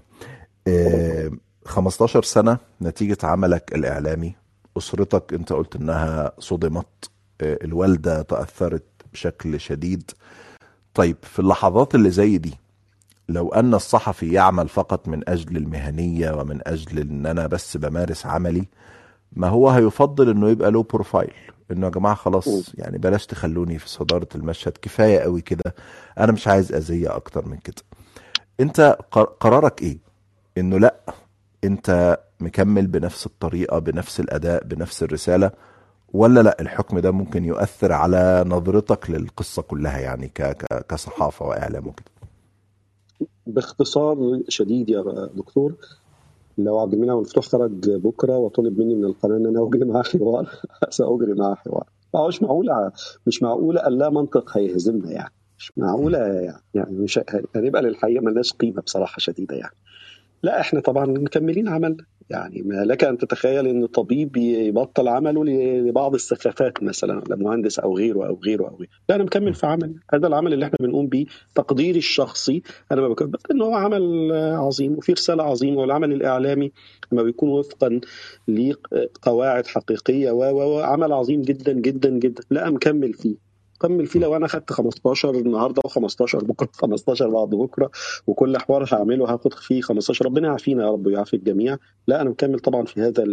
Speaker 2: 15 سنة نتيجة عملك الإعلامي، أسرتك أنت قلت إنها صدمت، الوالدة تأثرت بشكل شديد. طيب في اللحظات اللي زي دي لو ان الصحفي يعمل فقط من اجل المهنية ومن اجل ان انا بس بمارس عملي، ما هو هيفضل انه يبقى له بروفايل، انه يا جماعة خلاص يعني بلاش تخلوني في صدارة المشهد، كفاية قوي كده، انا مش عايز اذية اكتر من كده. انت قرارك ايه؟ انه لا انت مكمل بنفس الطريقة بنفس الاداء بنفس الرسالة، ولا لا الحكم ده ممكن يؤثر على نظرتك للقصة كلها يعني كصحافة واعلام وكده؟
Speaker 6: باختصار شديد يا دكتور، لو عبد المنعم مفتوح خرج بكره وطلب مني من القناه ان انا اجري معاه حوار ساجري معاه حوار. مش معقوله، مش معقوله الا منطق هيهزمنا يعني، مش معقوله يعني مش هنبقى للحقيقه ملناش قيمه بصراحه شديده يعني. لا احنا طبعا مكملين عملنا، يعني ما لك ان تتخيل ان طبيب يبطل عمله لبعض السخافات مثلا، ولا مهندس او غيره او غيره او غيره. لا انا مكمل في عمل، هذا العمل اللي احنا بنقوم بيه تقديري الشخصي انا ما بكبر ان هو عمل عظيم وفي رساله عظيمه. والعمل الاعلامي لما بيكون وفقا لقواعد حقيقيه وعمل عظيم جدا جدا جدا، لا مكمل فيه كمل فيه. لو انا خدت 15 النهارده و15 بكره 15 بعد بكره وكل حوار هعمله هاخد فيه 15، ربنا يعافينا يا رب ويعافي الجميع. لا انا مكمل طبعا في هذا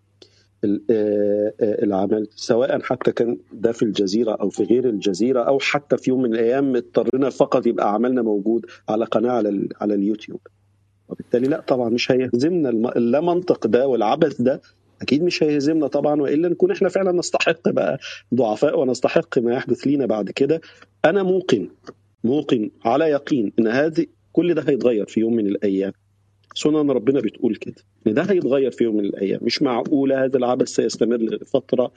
Speaker 6: العمل، سواء حتى كان ده في الجزيره او في غير الجزيره، او حتى في يوم من الايام اضطرينا فقط يبقى عملنا موجود على قناه على اليوتيوب. وبالتالي لا طبعا مش هيهزمنا اللا منطق ده والعبث ده، اكيد مش هيهزمنا طبعا، والا نكون احنا فعلا نستحق بقى ضعفاء ونستحق ما يحدث لينا بعد كده. انا موقن على يقين ان هذه كل ده هيتغير في يوم من الايام. سنن ربنا بتقول كده ان ده هيتغير في يوم من الايام. مش معقوله هذا العبث سيستمر لفتره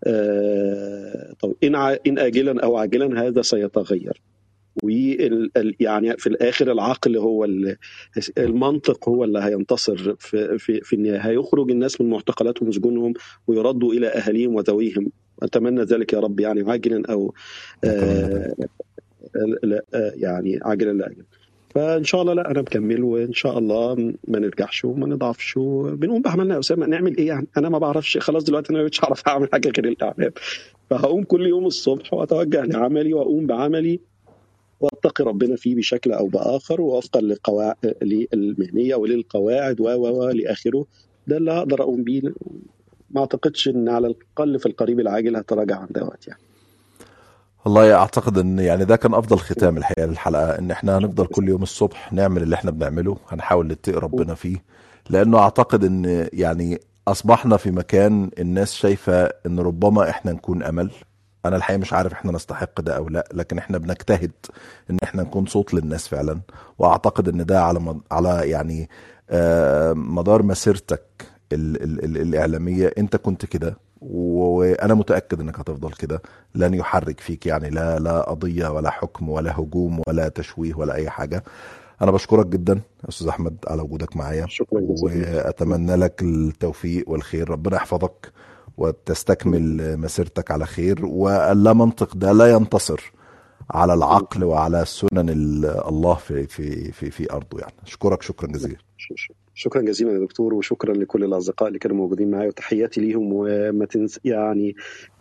Speaker 6: طب ان اجلا او عاجلا هذا سيتغير. يعني في الاخر العقل هو المنطق هو اللي هينتصر في النهايه. هيخرج الناس من معتقلاتهم وسجونهم ويردوا الى اهاليهم وذويهم. اتمنى ذلك يا رب، يعني عاجلا او لا يعني عاجلا لا اجلا. فان شاء الله لا انا مكمل، وان شاء الله ما نرجعش وما نضعفش وبنقوم بعملنا. يا اسامه نعمل ايه يعني؟ انا ما بعرفش خلاص دلوقتي، انا مش هعرف اعمل حاجه غير الاعلام. فهقوم كل يوم الصبح واتوجه لعملي واقوم بعملي واتقي ربنا فيه بشكل او باخر، ووفقا للقواعد المهنيه وللقواعد ولاخره. ده اللي هقدر اقوم بيه. ما اعتقدش ان على الاقل في القريب العاجل هتراجع عن دوت يعني.
Speaker 2: والله اعتقد ان يعني ده كان افضل ختام الحقيقه للحلقه، ان احنا هنفضل كل يوم الصبح نعمل اللي احنا بنعمله، هنحاول نتقي ربنا فيه، لانه اعتقد ان يعني اصبحنا في مكان الناس شايفه ان ربما احنا نكون امل. انا الحقيقه مش عارف احنا نستحق ده او لا، لكن احنا بنجتهد ان احنا نكون صوت للناس فعلا. واعتقد ان ده على يعني مدار مسيرتك الاعلاميه انت كنت كده، وانا متاكد انك هتفضل كده. لن يحرك فيك يعني لا قضيه ولا حكم ولا هجوم ولا تشويه ولا اي حاجه. انا بشكرك جدا يا استاذ احمد على وجودك معايا،
Speaker 6: شكرا جزيلا،
Speaker 2: واتمنى لك التوفيق والخير. ربنا يحفظك وتستكمل مسيرتك على خير، واللا منطق ده لا ينتصر على العقل وعلى سنن الله في ارضه يعني. اشكرك شكرا جزيلا.
Speaker 6: شكرا جزيلا يا دكتور، وشكرا لكل الاصدقاء اللي كانوا موجودين معايا، وتحياتي ليهم. وما يعني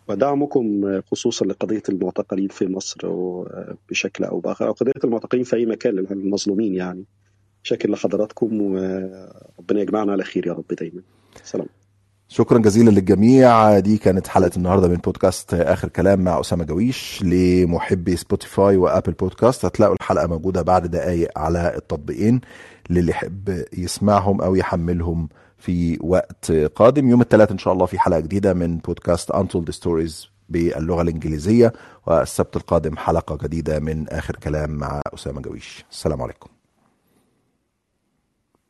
Speaker 6: ودعمكم خصوصا لقضيه المعتقلين في مصر بشكل او باخر، او قضيه المعتقلين في اي مكان المظلومين يعني. شكرا لحضراتكم، وربنا يجمعنا على خير يا رب دايما. سلام.
Speaker 2: شكرا جزيلا للجميع. دي كانت حلقة النهاردة من بودكاست آخر كلام مع أسامة جويش. لمحبي سبوتيفاي وأبل بودكاست هتلاقوا الحلقة موجودة بعد دقايق على التطبيقين للي يحب يسمعهم أو يحملهم في وقت قادم. يوم الثلاث إن شاء الله في حلقة جديدة من بودكاست Untold Stories باللغة الإنجليزية، والسبت القادم حلقة جديدة من آخر كلام مع أسامة جويش. السلام عليكم.